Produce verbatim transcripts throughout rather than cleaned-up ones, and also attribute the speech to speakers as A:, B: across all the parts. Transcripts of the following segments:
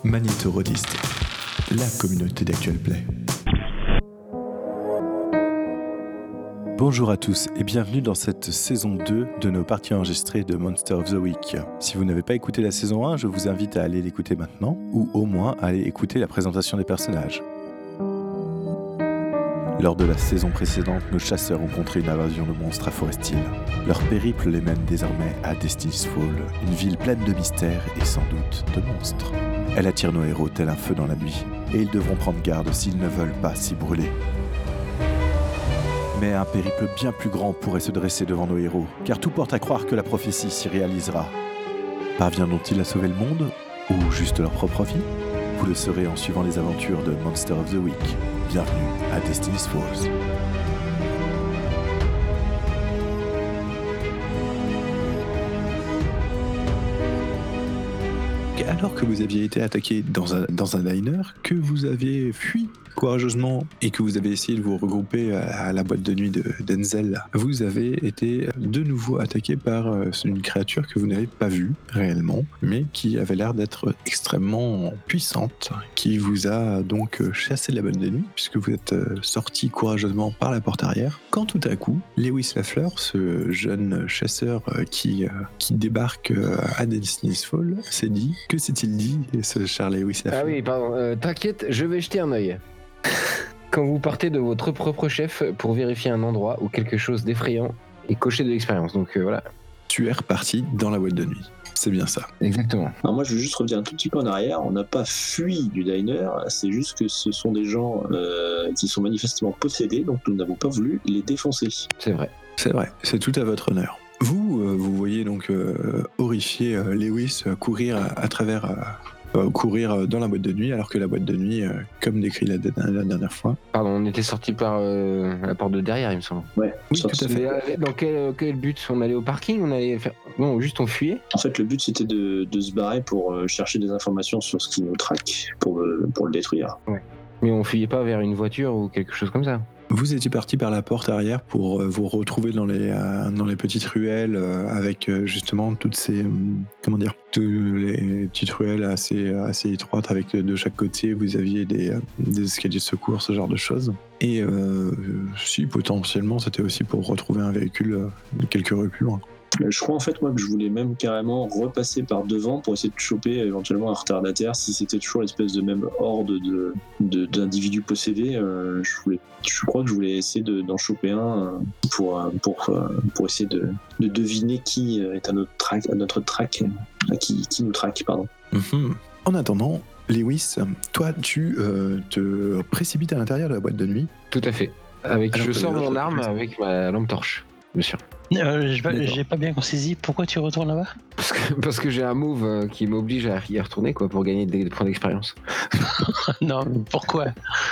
A: Magnétorodiste, la communauté d'Actual Play. Bonjour à tous et bienvenue dans cette saison deux de nos parties enregistrées de Monster of the Week. Si vous n'avez pas écouté la saison un, je vous invite à aller l'écouter maintenant, ou au moins à aller écouter la présentation des personnages. Lors de la saison précédente, nos chasseurs ont contré une invasion de monstres à Forest Hill. Leur périple les mène désormais à Destiny's Fall, une ville pleine de mystères et sans doute de monstres. Elle attire nos héros tel un feu dans la nuit, et ils devront prendre garde s'ils ne veulent pas s'y brûler. Mais un périple bien plus grand pourrait se dresser devant nos héros, car tout porte à croire que la prophétie s'y réalisera. Parviendront-ils à sauver le monde, ou juste leur propre vie ? Vous le saurez en suivant les aventures de Monster of the Week. Bienvenue à Destiny's Falls. Alors que vous aviez été attaqué dans un, dans un diner, que vous avez fui courageusement et que vous avez essayé de vous regrouper à la boîte de nuit de Denzel, vous avez été de nouveau attaqué par une créature que vous n'avez pas vue réellement, mais qui avait l'air d'être extrêmement puissante, qui vous a donc chassé de la boîte de nuit, puisque vous êtes sorti courageusement par la porte arrière, quand tout à coup, Lewis Lafleur, ce jeune chasseur qui, qui débarque à Destiny's Fall, s'est dit, que s'est-il dit, ce cher Lewis Lafleur ?
B: Ah oui, pardon, euh, t'inquiète, je vais jeter un œil. Quand vous partez de votre propre chef pour vérifier un endroit ou quelque chose d'effrayant et cocher de l'expérience, donc euh, voilà.
A: Tu es reparti dans la boîte de nuit, c'est bien ça.
B: Exactement.
C: Alors moi je veux juste revenir un tout petit peu en arrière, on n'a pas fui du diner, c'est juste que ce sont des gens euh, qui sont manifestement possédés, donc nous n'avons pas voulu les défoncer.
B: C'est vrai.
A: C'est vrai, c'est tout à votre honneur. Vous, euh, vous voyez donc euh, horrifié euh, Lewis euh, courir à, à travers... Euh, Euh, courir dans la boîte de nuit, alors que la boîte de nuit, euh, comme décrit la, la dernière fois...
B: Pardon, on était sorti par euh, la porte de derrière, il me semble.
C: Ouais,
A: oui, tout à fait.
B: Mais, dans quel, quel but ? On allait au parking ? On allait faire... Non, juste on fuyait ?
C: En fait, le but c'était de, de se barrer pour euh, chercher des informations sur ce qui nous traque, pour, euh, pour le détruire.
B: Ouais. Mais on fuyait pas vers une voiture ou quelque chose comme ça ?
A: Vous étiez parti par la porte arrière pour euh, vous retrouver dans les, euh, dans les petites ruelles euh, avec euh, justement toutes ces... Euh, comment dire ? Toutes les petites ruelles assez, assez étroites avec de chaque côté, vous aviez des, euh, des escaliers de secours, ce genre de choses. Et euh, si potentiellement c'était aussi pour retrouver un véhicule euh, quelques rues plus loin.
C: Je crois en fait moi que je voulais même carrément repasser par devant pour essayer de choper éventuellement un retardataire si c'était toujours l'espèce de même horde de, de, d'individus possédés. Euh, je, voulais, je crois que je voulais essayer de, d'en choper un pour, pour, pour essayer de, de deviner qui est à notre track, à notre track, qui, qui nous traque, pardon.
A: Mm-hmm. En attendant, Lewis, toi tu euh, te précipites à l'intérieur de la boîte de nuit.
B: Tout à fait. Avec,
A: Alors
B: je
A: que
B: sors
A: les
B: mon
A: autres-
B: arme avec ma lampe torche, bien sûr.
D: Euh, j'ai, pas,
A: D'accord.
D: j'ai pas bien saisi. Pourquoi tu retournes là-bas ?
B: Parce que, parce que j'ai un move euh, qui m'oblige à y retourner quoi, pour gagner des, des points d'expérience.
D: Non, mais pourquoi ?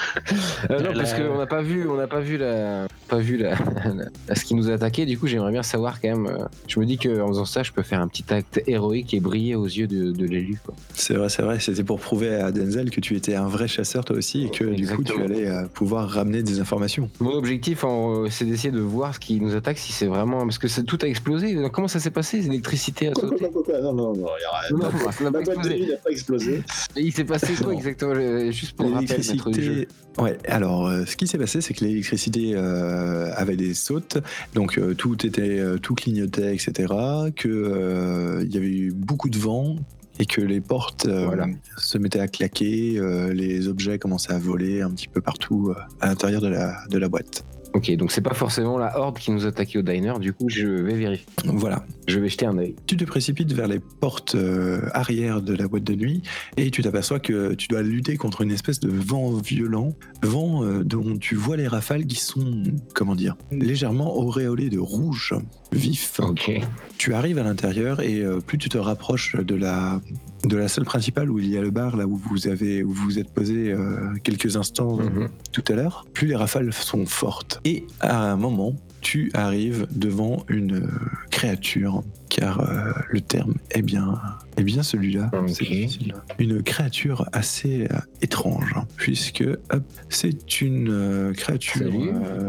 B: Euh, non,
D: La-
B: parce qu'on n'a pas vu, on n'a pas vu la, pas vu la, la- ce qui nous a attaqué. Du coup, j'aimerais bien savoir quand même. euh, je me dis qu'en faisant ça, je peux faire un petit acte héroïque et briller aux yeux de, de l'élu. Quoi.
A: C'est vrai, c'est vrai, c'était pour prouver à Denzel que tu étais un vrai chasseur toi aussi et que du coup tu
B: Exactement.
A: allais euh, pouvoir ramener des informations.
B: Mon objectif, en, euh, c'est d'essayer de voir ce qui nous attaque, si c'est vraiment, parce que c'est, tout a explosé. Comment ça s'est passé ? L'électricité a sauté.
C: Non, non, non, non, il y
B: Non,
C: a
B: ça n'a
C: la
B: pas
C: boîte de nuit
B: explosé.
C: n'a pas explosé.
B: Il s'est passé quoi
A: Non.
B: exactement ? Euh, Juste pour rappel, maître du jeu.
A: L'électricité. Ouais, alors euh, ce qui s'est passé, c'est que l'électricité euh, avait des sautes, donc euh, tout était, euh, tout clignotait, et cetera. Que euh, il y avait eu beaucoup de vent et que les portes euh,
B: Voilà.
A: se mettaient à claquer, euh, les objets commençaient à voler un petit peu partout euh, à l'intérieur de la, de la boîte.
B: Ok, donc c'est pas forcément la horde qui nous attaquait au diner. Du coup, je vais vérifier.
A: Voilà.
B: Je vais jeter un œil.
A: Tu te précipites vers les portes euh, arrière de la boîte de nuit et tu t'aperçois que tu dois lutter contre une espèce de vent violent, vent euh, dont tu vois les rafales qui sont, comment dire, légèrement auréolées de rouge vif.
B: Ok.
A: Tu arrives à l'intérieur et euh, plus tu te rapproches de la, de la salle principale où il y a le bar, là où vous avez, où vous vous êtes posé euh, quelques instants euh,
B: Mhm.
A: tout à l'heure, plus les rafales sont fortes. Et à un moment, tu arrives devant une euh, créature, car euh, le terme est bien, est bien celui-là.
B: Ok.
A: C'est difficile. Une créature assez euh, étrange, hein, puisque hop, c'est une euh, créature
B: Salut.
A: euh,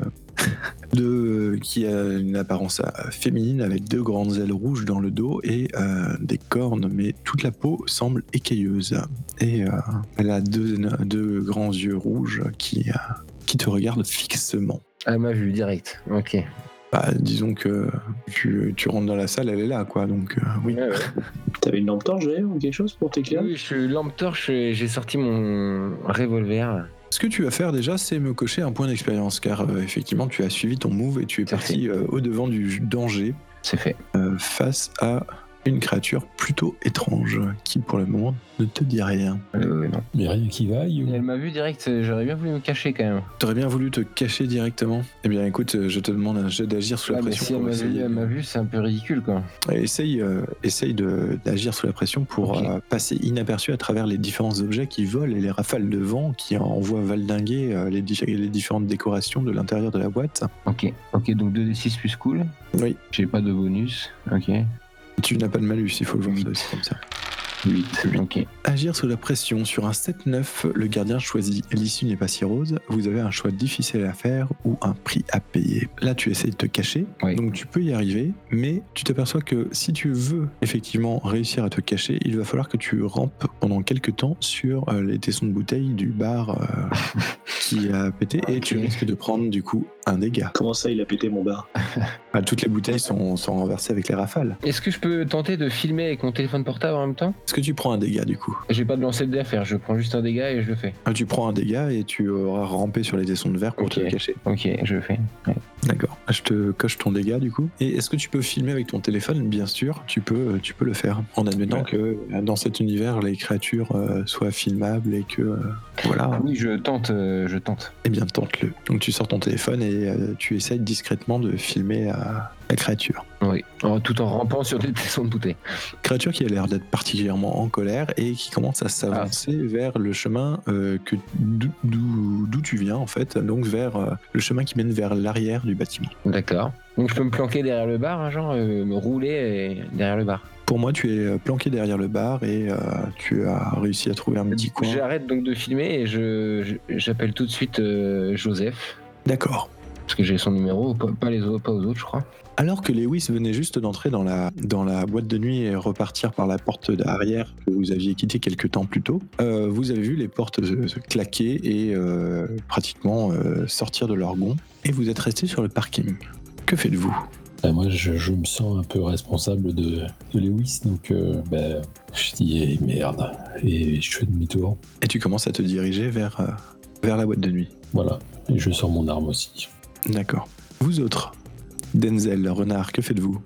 A: de, qui a une apparence euh, féminine avec deux grandes ailes rouges dans le dos et euh, des cornes, mais toute la peau semble écailleuse. Et euh, elle a deux, deux grands yeux rouges qui, euh, qui te regardent fixement.
B: Elle m'a vu direct. Ok.
A: Bah, disons que tu, tu rentres dans la salle, elle est là, quoi. Donc, euh, oui.
B: Ouais, ouais.
C: T'avais une lampe torche d'ailleurs ou quelque chose pour t'éclairer?
B: Oui, je suis lampe torche, et j'ai sorti mon revolver.
A: Ce que tu vas faire déjà, c'est me cocher un point d'expérience, car euh, effectivement, tu as suivi ton move et tu es
B: C'est
A: parti euh, au-devant du danger
B: C'est fait.
A: euh, face à une créature plutôt étrange qui, pour le moment, ne te dit rien.
B: Euh, non.
E: Mais rien qui vaille. ou-
B: Elle m'a vu direct, j'aurais bien voulu me cacher quand même.
A: T'aurais bien voulu te cacher directement. Eh bien, écoute, euh, je te demande un jet d'agir sous la
B: Ouais, mais
A: pression.
B: si elle
A: pour
B: m'a vu,
A: essayer-
B: elle m'a vu, c'est un peu ridicule quoi.
A: Et essaye, euh, essaye de- d'agir sous la pression pour
B: Ok.
A: euh, passer inaperçu à travers les différents objets qui volent et les rafales de vent qui envoient valdinguer euh, les, di- les différentes décorations de l'intérieur de la boîte.
B: Ok, ok, donc deux d six plus cool.
A: Oui.
B: J'ai pas de bonus. Ok.
A: Tu n'as pas de malus, il faut le voir
B: Huit.
A: ça aussi comme ça.
B: huit. Ok.
A: Agir sous la pression. Sur un sept neuf, le gardien choisit l'issue n'est pas si rose. Vous avez un choix difficile à faire ou un prix à payer. Là, tu essaies de te cacher,
B: Oui.
A: donc tu peux y arriver, mais tu t'aperçois que si tu veux effectivement réussir à te cacher, il va falloir que tu rampes pendant quelques temps sur euh, les tessons de bouteille du bar euh, qui a pété et tu
B: Ok.
A: risques de prendre du coup un dégât.
C: Comment ça, il a pété mon bar?
A: Ah, toutes les bouteilles sont, sont renversées avec les rafales.
B: Est-ce que je peux tenter de filmer avec mon téléphone portable en même temps?
A: Est-ce que tu prends un dégât du coup?
B: J'ai pas de lancer de dés à faire, je prends juste un dégât et je le fais.
A: Ah, tu prends un dégât et tu auras rampé sur les tessons de verre pour
B: Ok.
A: te cacher.
B: Ok, je le fais. Ouais.
A: D'accord. Je te coche ton dégât du coup. Et est-ce que tu peux filmer avec ton téléphone? Bien sûr, tu peux, tu peux le faire. En admettant
B: Ouais.
A: que euh, dans cet univers, les créatures euh, soient filmables et que euh, voilà.
B: Oui, je tente, euh, je tente.
A: Eh bien, tente-le. Donc tu sors ton téléphone et euh, tu essayes discrètement de filmer euh, la créature.
B: Oui. En- tout en rampant sur des tessons de bouteille.
A: Créature qui a l'air d'être particulièrement en colère et qui commence à s'avancer vers le chemin euh, que d'où- d'où d'où tu viens en fait, donc vers euh, le chemin qui mène vers l'arrière du bâtiment.
B: D'accord. Donc je peux me planquer derrière le bar, hein, genre euh, me rouler et- derrière le bar.
A: Pour moi, tu es planqué derrière le bar et euh, tu as réussi à trouver un petit coin.
B: J'arrête donc de filmer et je, je- j'appelle tout de suite euh, Joseph.
A: D'accord.
B: Parce que j'ai son numéro, pas, pas les autres, pas aux autres, je crois.
A: Alors que Lewis venait juste d'entrer dans la, dans la boîte de nuit et repartir par la porte arrière que vous aviez quittée quelques temps plus tôt, euh, vous avez vu les portes euh, claquer et euh, pratiquement euh, sortir de leur gonds et vous êtes resté sur le parking. Que faites-vous?
E: Bah, moi, je, je me sens un peu responsable de, de Lewis, donc euh, bah, je dis eh, merde, et je fais demi-tour.
A: Et tu commences à te diriger vers, euh, vers la boîte de nuit.
E: Voilà, et je sors mon arme aussi.
A: D'accord. Vous autres, Denzel, Renard, que faites-vous?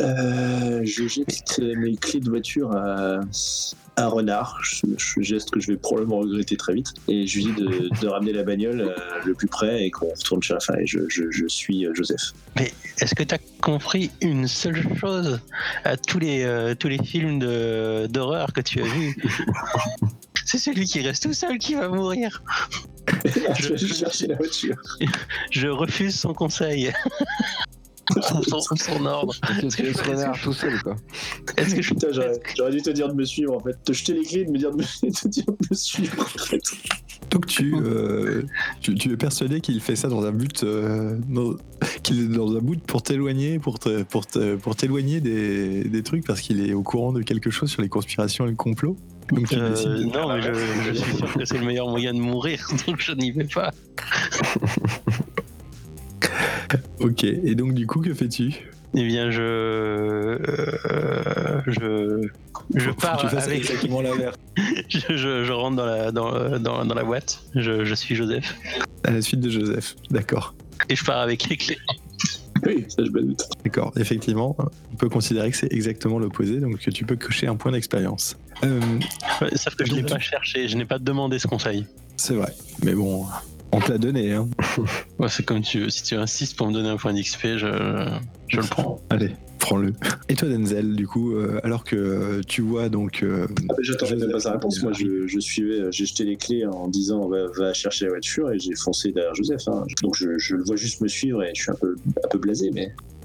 C: Euh, je jette mes clés de voiture à, à Renard, je, je- geste que je vais probablement regretter très vite, et je lui dis de, de ramener la bagnole euh, le plus près et qu'on retourne chez la fin. Et je, je, je suis euh, Joseph.
D: Mais est-ce que t'as compris une seule chose à tous les, euh, tous les films de- d'horreur que tu as vus? C'est celui qui reste tout seul qui va mourir.
C: je vais juste chercher la voiture.
D: Je refuse son conseil. son, son ordre.
B: Parce que je laisse Renard tout seul, quoi.
D: Est-ce que je
C: Putain, j'aurais, j'aurais dû te dire de me suivre en fait. Te jeter les clés et de me dire de me, de te dire de me suivre en fait.
A: Donc tu, euh, tu, tu es persuadé qu'il fait ça dans un but, euh, dans- qu'il est dans un but pour t'éloigner, pour te, pour te- pour t'éloigner des, des trucs parce qu'il est au courant de quelque chose sur les conspirations et le complot. Donc il
D: Euh,
A: décide de-
D: non, mais je, je suis sûr que c'est le meilleur moyen de mourir, donc je n'y vais pas.
A: Ok. Et donc du coup que fais-tu?
D: Eh bien, je. euh, je. Je
A: Faut- faut
D: pars
A: que tu fasses
D: avec.
A: exactement l'inverse.
D: Je, je- je rentre dans la, dans, dans, dans la boîte. Je, je suis Joseph.
A: À la suite de Joseph. D'accord.
D: Et je pars avec les clés.
C: Oui, ça je me doute.
A: D'accord. Effectivement, on peut considérer que c'est exactement l'opposé, donc tu peux cocher un point d'expérience. Euh,
D: Ouais, sauf que je n'ai pas cherché, je n'ai pas demandé ce conseil.
A: c'est vrai. Mais bon, on te l'a donné, hein.
D: Ouais, c'est comme tu veux. Si tu insistes pour me donner un point d'X P, je, je le prends.
A: Allez, prends-le. Et toi, Denzel, du coup, euh, alors que euh, tu vois donc. euh,
C: Ah, mais j'attendais
A: Joseph
C: même pas sa réponse. Moi, je, je suivais, j'ai jeté les clés en disant va, va chercher la voiture et j'ai foncé derrière Joseph. hein. Donc je, je le vois juste me suivre et je suis un peu, un peu blasé, mais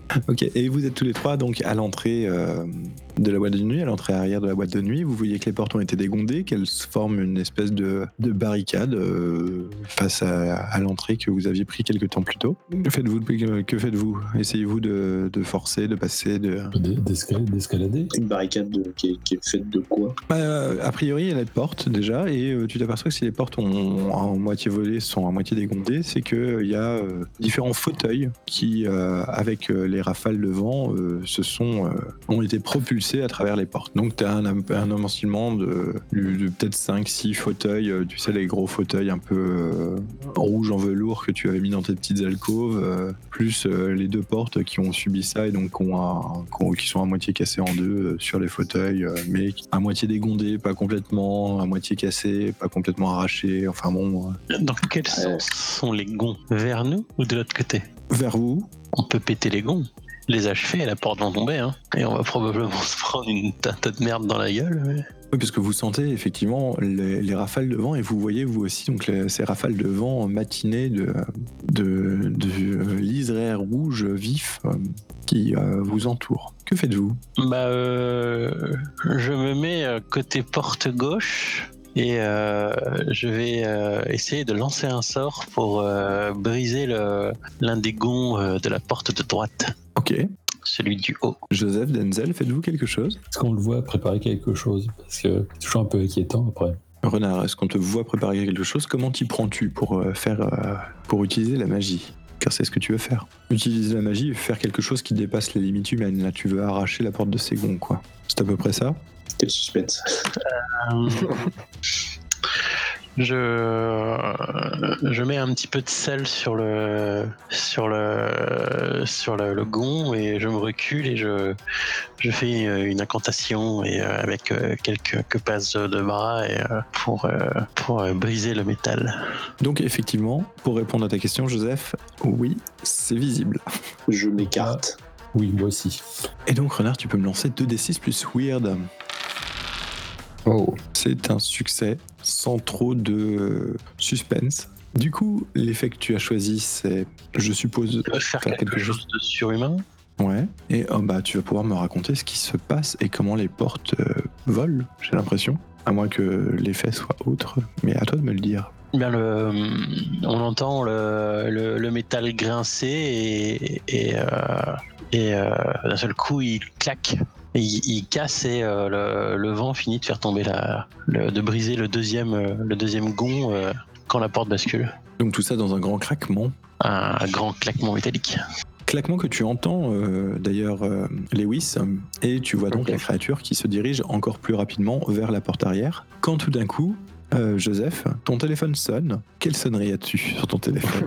A: Ok, et vous êtes tous les trois donc à l'entrée euh, de la boîte de nuit, à l'entrée arrière de la boîte de nuit. Vous voyez que les portes ont été dégondées, qu'elles forment une espèce de, de barricade euh, face à, à l'entrée que vous aviez pris quelque temps plus tôt. Que faites-vous, que faites-vous Essayez-vous de, de forcer, de passer, de...
E: D'escal- D'escalader.
C: Une barricade de- qui, est, qui est faite de quoi?
A: Bah, a priori, il y a des portes déjà, et euh, tu t'aperçois que si les portes ont en moitié volées, sont à moitié dégondées, c'est qu'il y a euh, différents fauteuils qui, euh, avec euh, les rafales de vent, euh, se sont, euh, ont été propulsés à travers les portes. Donc tu as un, un amoncellement de, de, de peut-être cinq six fauteuils, euh, tu sais, les gros fauteuils un peu euh, rouges en velours que tu avais mis dans tes petites alcôves, euh, plus euh, les deux portes qui ont subi ça et donc qui, ont un- qui ont- qui sont à moitié cassées en deux euh, sur les fauteuils, euh, mais à moitié dégondées, pas complètement, à moitié cassées, pas complètement arrachées, enfin bon, euh,
D: Dans quel sens sont les gonds? Vers nous ou de l'autre côté?
A: vers vous.
D: On peut péter les gonds, les achever et la porte va tomber, hein. Et on va probablement se prendre une tas tas de merde dans la gueule. Mais...
A: Oui, parce que vous sentez effectivement les, les rafales de vent et vous voyez vous aussi donc les- ces rafales de vent matinées de, de, de liserés rouges vifs euh, qui euh, vous entourent. Que faites-vous?
D: Bah, euh, je me mets euh, côté porte gauche et euh, je vais euh, essayer de lancer un sort pour euh, briser le, l'un des gonds euh, de la porte de droite,
A: Ok.
D: celui du haut.
A: Joseph, Denzel, faites-vous quelque chose?
E: Est-ce qu'on le voit préparer quelque chose? Parce que c'est toujours un peu inquiétant après.
A: Renard, est-ce qu'on te voit préparer quelque chose? Comment t'y prends-tu pour euh, faire euh, pour utiliser la magie? Car c'est ce que tu veux faire. Utiliser la magie et faire quelque chose qui dépasse les limites humaines. Là, tu veux arracher la porte de ces gonds, quoi. C'est à peu près ça?
C: Quel suspense.
D: Euh, je je mets un petit peu de sel sur le sur le sur le, le gond et je me recule et je je fais une incantation et euh, avec euh, quelques, quelques passes de bras et euh, pour euh, pour euh, briser le métal.
A: Donc effectivement, pour répondre à ta question, Joseph, oui, c'est visible.
C: Je m'écarte.
E: Oui, moi aussi.
A: Et donc, Renard, tu peux me lancer deux d six plus Weird.
B: Oh.
A: C'est un succès sans trop de suspense. Du coup, l'effet que tu as choisi, c'est, je suppose,
D: Tu peux faire
A: faire
D: quelque,
A: quelque
D: chose de surhumain.
A: Ouais. Et oh, bah, tu vas pouvoir me raconter ce qui se passe et comment les portes euh, volent, j'ai l'impression. À moins que l'effet soit autre. Mais à toi de me le dire.
D: Bien le, on entend le, le, le métal grincer et, et, euh, et euh, d'un seul coup il claque, et il, il casse et euh, le, le vent finit de faire tomber la, le, de briser le deuxième, euh, le deuxième gond euh, quand la porte bascule.
A: Donc tout ça dans un grand craquement.
D: Un, un grand claquement métallique.
A: Claquement que tu entends euh, d'ailleurs euh, Lewis, et tu vois donc
B: Ok.
A: la créature qui se dirige encore plus rapidement vers la porte arrière. Quand tout d'un coup, euh, Joseph, ton téléphone sonne. Quelle sonnerie as-tu sur ton téléphone?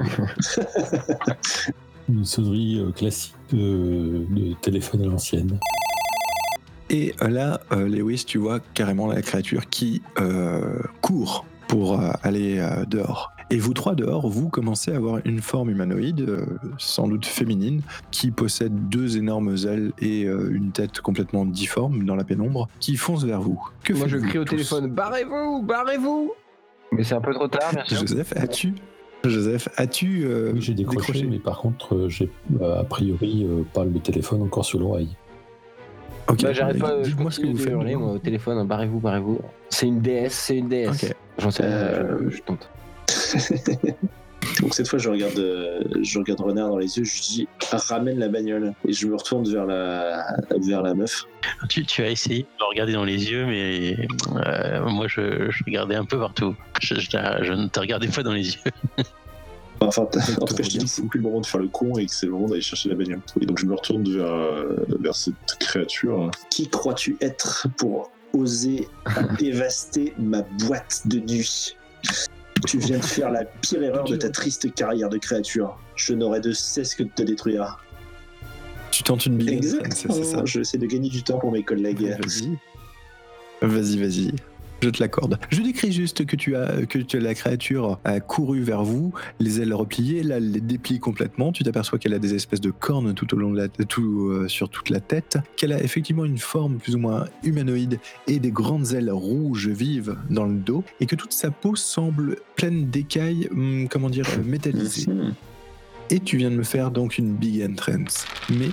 E: Une sonnerie euh, classique de, de téléphone à l'ancienne.
A: Et euh, là, euh, Lewis, tu vois carrément la créature qui euh, court pour euh, aller euh, dehors. Et vous trois dehors, vous commencez à avoir une forme humanoïde, euh, sans doute féminine, qui possède deux énormes ailes et euh, une tête complètement difforme dans la pénombre, qui fonce vers vous. Que
B: Moi, je
A: faites-vous
B: crie au
A: tous?
B: téléphone, barrez-vous, barrez-vous. Mais c'est un peu trop tard, bien sûr.
A: Joseph, as-tu Joseph, as-tu euh,
E: Oui, j'ai décroché, mais par contre, euh, j'ai euh, a priori euh, pas le téléphone encore sur l'oreille.
A: Ok,
B: Bah, j'arrête pas, je
A: dites-moi ce que
B: continue
A: vous
B: de
A: faites.
B: hurler, moi, au téléphone, barrez-vous, barrez-vous. C'est une déesse, c'est une déesse.
A: Ok.
B: J'en sais rien,
C: Euh,
B: je, je tente.
C: Donc cette fois, je regarde, euh, je regarde Renard dans les yeux, je dis ramène la bagnole et je me retourne vers la, vers la meuf.
D: Tu, tu as essayé de me regarder dans les yeux, mais euh, moi je, je regardais un peu partout. Je, je, je ne te regardais pas dans les yeux.
C: Enfin, en tout cas, je te dis que c'est plus le moment de faire le con et que c'est le moment d'aller chercher la bagnole. Et donc je me retourne vers, euh, vers cette créature. Qui crois-tu être pour oser dévaster ma boîte de nuit? Tu viens de faire la pire erreur de ta triste carrière de créature. Je n'aurai de cesse que de te détruire.
A: Tu tentes une bille.
C: Exactement.
A: C'est ça.
C: Je sais de gagner du temps pour mes collègues.
A: Vas-y. Vas-y, vas-y. Je te l'accorde. Je décris juste que tu as que tu- la créature a couru vers vous, les ailes repliées, là elle les déplie complètement. Tu t'aperçois qu'elle a des espèces de cornes tout au long de la tout euh, sur toute la tête, qu'elle a effectivement une forme plus ou moins humanoïde et des grandes ailes rouges vives dans le dos, et que toute sa peau semble pleine d'écailles, hum, comment dire, euh, métallisées.
C: Mhm.
A: Et tu viens de me faire donc une big entrance. Mais.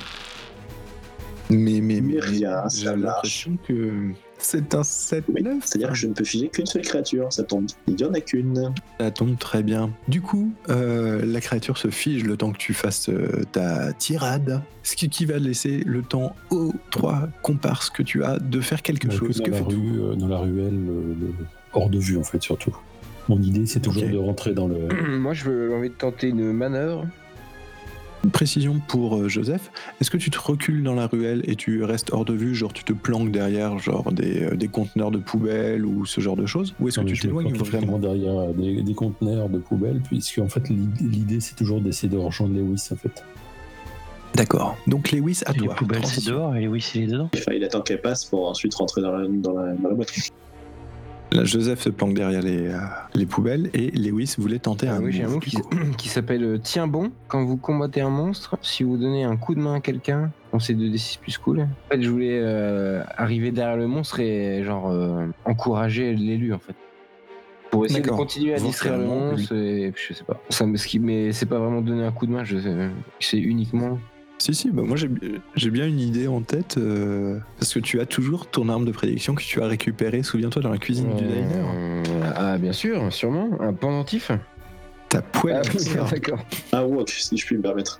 A: Mais, mais, mais.
C: Mais rien,
A: j'ai
C: ça marche.
A: l'impression que c'est un sept
C: Oui,
A: neuf.
C: c'est-à-dire que je ne peux figer qu'une seule créature, ça tombe. Il y en a qu'une.
A: Ça tombe très bien. Du coup, euh, la créature se fige le temps que tu fasses euh, ta tirade, ce qui, qui va laisser le temps aux trois comparses que tu as de faire quelque
E: Donc,
A: chose.
E: dans,
A: Que
E: la
A: fais-tu ?
E: rue, euh, dans la ruelle, le- le- hors de vue en fait surtout. Mon idée c'est toujours
A: Ok.
E: de rentrer dans le...
B: Moi, je veux- j'ai envie de tenter une manœuvre.
A: Une précision pour euh, Joseph, est-ce que tu te recules dans la ruelle et tu restes hors de vue, genre tu te planques derrière genre des, euh, des conteneurs de poubelle ou ce genre de choses, ou est-ce que
E: Non, mais
A: tu
E: je me
A: t'éloignes
E: planque
A: vraiment?
E: effectivement derrière des, des conteneurs de poubelle, puisque en fait l'idée l'idée, c'est toujours d'essayer de rejoindre Lewis en fait.
A: D'accord. Donc Lewis, à
D: Les
A: toi.
D: poubelles, c'est
A: Transition.
D: dehors, et oui, c'est les dedans.
C: Enfin, il attend qu'elle passe pour ensuite rentrer dans la, dans la, dans la boîte.
A: Là, Joseph se planque derrière les, euh, les poubelles et Lewis voulait tenter
B: Ah
A: un
B: oui, j'ai un
A: move,
B: mot
A: du
B: qui,
A: coup.
B: qui s'appelle euh, Tiens bon. Quand vous combattez un monstre, si vous donnez un coup de main à quelqu'un, on sait deux d six plus cool. En fait, je voulais euh, arriver derrière le monstre et genre euh, encourager l'élu en fait. Pour essayer de
A: D'accord.
B: continuer à
A: Voir
B: distraire le
A: carrément,
B: monstre et je sais pas. Ça me ski- mais c'est pas vraiment donner un coup de main, je sais. C'est uniquement.
A: Si, si, bah moi j'ai j'ai bien une idée en tête, euh, parce que tu as toujours ton arme de prédiction que tu as récupérée, souviens-toi, dans la cuisine du diner.
B: Euh, Ah bien sûr, sûrement. Un pendentif.
A: Ta poêle
B: Ah
A: à
B: oui,
A: pierre.
B: d'accord.
C: Un wok, si je puis me permettre.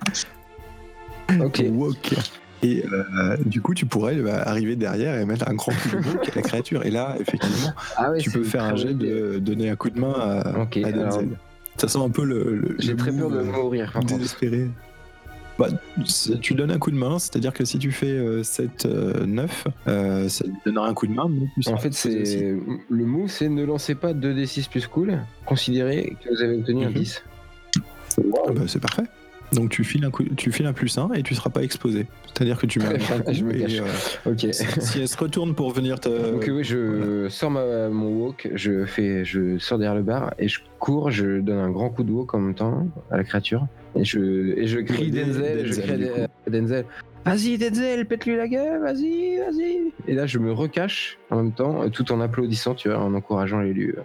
B: Ok.
A: Wok. Et euh, du coup, tu pourrais bah, arriver derrière et mettre un grand coup de wok à la créature. Et là, effectivement,
B: Ah ouais,
A: tu
B: c'est
A: peux
B: une
A: faire un
B: très
A: jet
B: bonne idée.
A: de donner un coup de main à,
B: Ok,
A: à Denzel.
B: alors,
A: Ça sent un peu le, le-
B: J'ai
A: le
B: très peur
A: move,
B: de
A: euh,
B: mourir par contre.
A: désespéré. Bah, c'est- tu donnes un coup de main, c'est-à-dire que si tu fais euh, sept neuf, euh, ça te donnera un coup de main. Mais tu
B: En
A: seras
B: fait,
A: exposé aussi.
B: c'est le move, c'est ne lancez pas deux d six plus cool. Considérez que vous avez obtenu un
A: Mhm.
B: dix.
A: Ah bah, c'est parfait. Donc tu files un coup, tu files un plus un et tu seras pas exposé. C'est-à-dire que tu mets un grand coup
B: Je me
A: et,
B: cache.
A: euh,
B: Ok.
A: si, si elle se retourne pour venir te.
B: Donc oui, je sors ma, mon wok, je fais, je sors derrière le bar et je cours, je donne un grand coup de wok en même temps à la créature et je et je crie
A: Aider
B: Denzel, je
A: Denzel,
B: crie
A: du
B: à
A: coup.
B: Denzel. Vas-y Denzel, pète-lui la gueule, vas-y, vas-y. Et là, je me recache en même temps, tout en applaudissant, tu vois, en encourageant l'élu.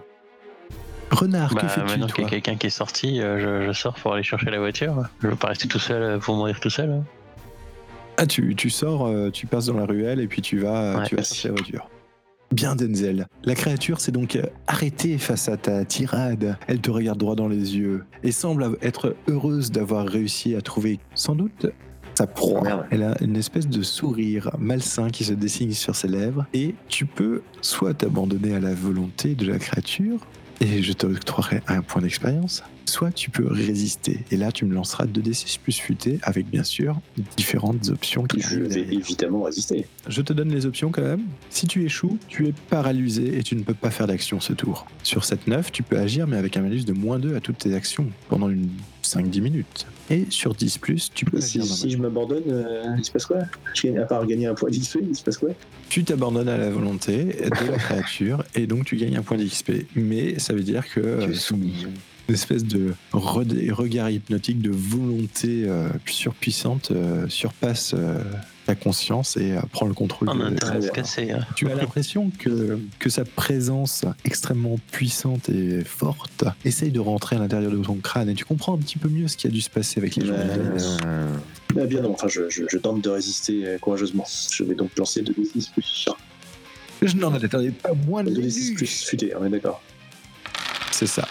A: Renard, que
D: Bah,
A: fais-tu
D: maintenant qu'il y
A: toi
D: a quelqu'un qui est sorti, euh, je, je sors pour aller chercher la voiture. Je veux pas rester tout seul euh, pour mourir tout seul. hein.
A: Ah, tu, tu sors, euh, tu passes dans la ruelle et puis tu vas,
D: Ouais.
A: tu vas chercher la voiture. Bien Denzel. La créature s'est donc euh, arrêtée face à ta tirade. Elle te regarde droit dans les yeux et semble av- être heureuse d'avoir réussi à trouver sans doute sa proie.
C: Oh, merde.
A: Elle a une espèce de sourire malsain qui se dessine sur ses lèvres et tu peux soit t'abandonner à la volonté de la créature et je t'octroierai un point d'expérience, soit tu peux résister. Et là, tu me lanceras deux d six plus futé avec bien sûr différentes options qui
C: Je
A: arrivent
C: vais
A: derrière.
C: évidemment résister.
A: Je te donne les options quand même. Si tu échoues, tu es paralysé et tu ne peux pas faire d'action ce tour. Sur cette neuf, tu peux agir mais avec un malus de moins deux à toutes tes actions pendant une cinq dix minutes. Et sur dix plus, tu peux
C: Et si,
A: agir
C: si je m'abandonne, euh, il se passe quoi? Je gagne- À part gagner un point d'X P, il se passe quoi?
A: Tu t'abandonnes à la volonté de la créature et donc tu gagnes un point d'X P. Mais ça veut dire que
B: Tu es
A: euh,
B: soumis.
A: une espèce de re- regard hypnotique de volonté euh, surpuissante euh, surpasse euh, ta conscience et euh, prend le contrôle
D: On
A: de
D: a intérêt à se
A: de-
D: casser. hein.
A: Tu as l'impression que, que sa présence extrêmement puissante et forte essaye de rentrer à l'intérieur de ton crâne et tu comprends un petit peu mieux ce qui a dû se passer avec les gens.
C: Ouais.
B: Euh,
C: Bah, bien non, enfin je, je, je tente de résister euh, courageusement. Je vais donc lancer deux d six plus
A: Je n'en attendais pas moins de
C: deux d six
A: l'élu.
C: plus futé, on est d'accord.
A: C'est ça.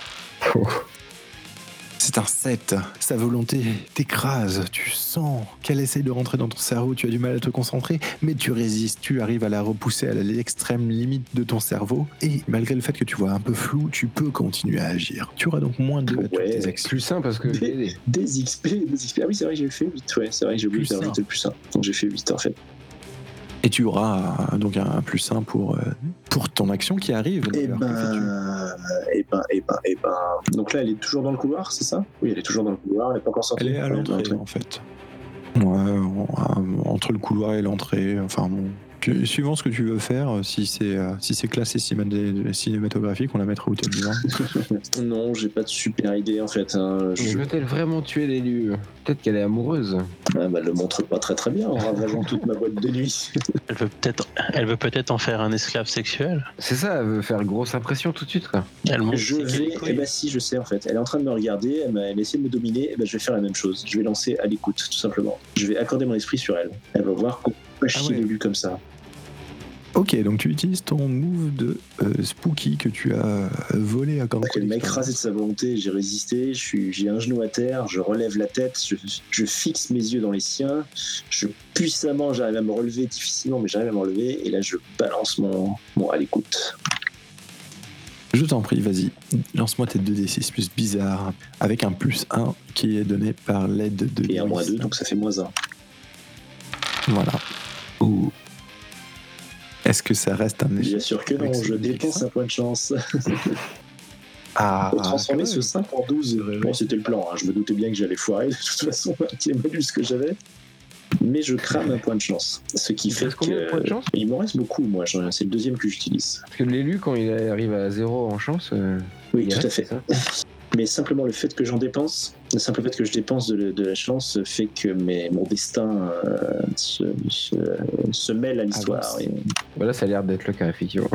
A: C'est un sept. Sa volonté t'écrase. Tu sens qu'elle essaye de rentrer dans ton cerveau. Tu as du mal à te concentrer, mais tu résistes. Tu arrives à la repousser à l'extrême limite de ton cerveau. Et malgré le fait que tu vois un peu flou, tu peux continuer à agir. Tu auras donc moins deux à toutes
C: Ouais.
A: tes actions.
B: plus simple parce que je l'ai aidé.
C: Des X P, des X P. Ah oui, c'est vrai que j'ai fait huit, ouais, c'est vrai que j'ai oublié
A: Plus
C: de
A: un.
C: rajouter le plus un. Donc j'ai fait huit en fait.
A: Et tu auras euh, donc un, un plus un pour, euh, pour ton action qui arrive.
C: Et
A: d'ailleurs. Que fais-tu
C: ben, et ben, et ben, et ben. Donc là, elle est toujours dans le couloir, c'est ça? Oui, elle est toujours dans le couloir, elle est pas encore sortie.
A: Elle est à
C: Ouais,
A: l'entrée en fait. Ouais, en- en- entre le couloir et l'entrée. Enfin, bon, Tu- suivant ce que tu veux faire, si c'est euh, si c'est classé cinéma- cinématographique, on la mettra où tu as besoin.
C: Non, j'ai pas de super idée en fait. Hein.
B: Mais
C: Je...
B: veut-elle vraiment tuer l'élu? Peut-être qu'elle est amoureuse.
C: Ah, bah, elle le montre pas très très bien en ravageant toute ma boîte de nuit.
D: Elle veut peut-être, elle veut peut-être en faire un esclave sexuel.
B: C'est ça, elle veut faire grosse impression tout de suite, quoi.
D: Elle montre
C: Je
D: ses
C: vais,
D: couilles.
C: eh ben si, je sais en fait. Elle est en train de me regarder, elle, m'a, elle essaie de me dominer, eh ben, je vais faire la même chose. Je vais lancer à l'écoute, tout simplement. Je vais accorder mon esprit sur elle. Elle va voir qu'on peut pas chier
A: ouais.
C: l'élu comme ça.
A: Ok, donc tu utilises ton move de euh, Spooky que tu as euh, volé à Corne.
C: Elle m'a écrasé de sa volonté, j'ai résisté, je suis, j'ai un genou à terre, je relève la tête, je, je fixe mes yeux dans les siens, je puissamment j'arrive à me relever, difficilement mais j'arrive à me relever, et là je balance mon, mon à l'écoute.
A: Je t'en prie, vas-y. Lance-moi tes deux d six plus bizarre, avec un plus un qui est donné par l'aide de...
C: Et un moins
A: Lewis.
C: deux, donc ça fait moins un.
A: Voilà. Ouh. Est-ce que ça reste un échec?
C: Bien sûr que non,
A: Avec
C: je
A: ce
C: dépense
A: ça
C: un point de chance.
A: Ah,
C: Pour transformer
A: quand
C: ce
A: même.
C: cinq en douze. Bon, c'était le plan, hein. Je me doutais bien que j'allais foirer de toute façon avec les malus que j'avais. Mais je crame un point de chance. Ce qui
B: Il
C: fait
B: reste combien de
C: que.
B: points de chance
C: Il m'en reste beaucoup, moi. J'en- C'est le deuxième que j'utilise.
B: Parce que l'élu, quand il arrive à zéro en chance, euh,
C: Oui,
B: il
C: tout à
B: reste,
C: fait.
B: c'est ça.
C: Mais simplement le fait que j'en dépense, le simple fait que je dépense de, de la chance fait que mes, mon destin euh, se, se, se mêle à l'histoire.
A: Avance.
C: Et-
B: Voilà, ça a l'air d'être le cas, effectivement.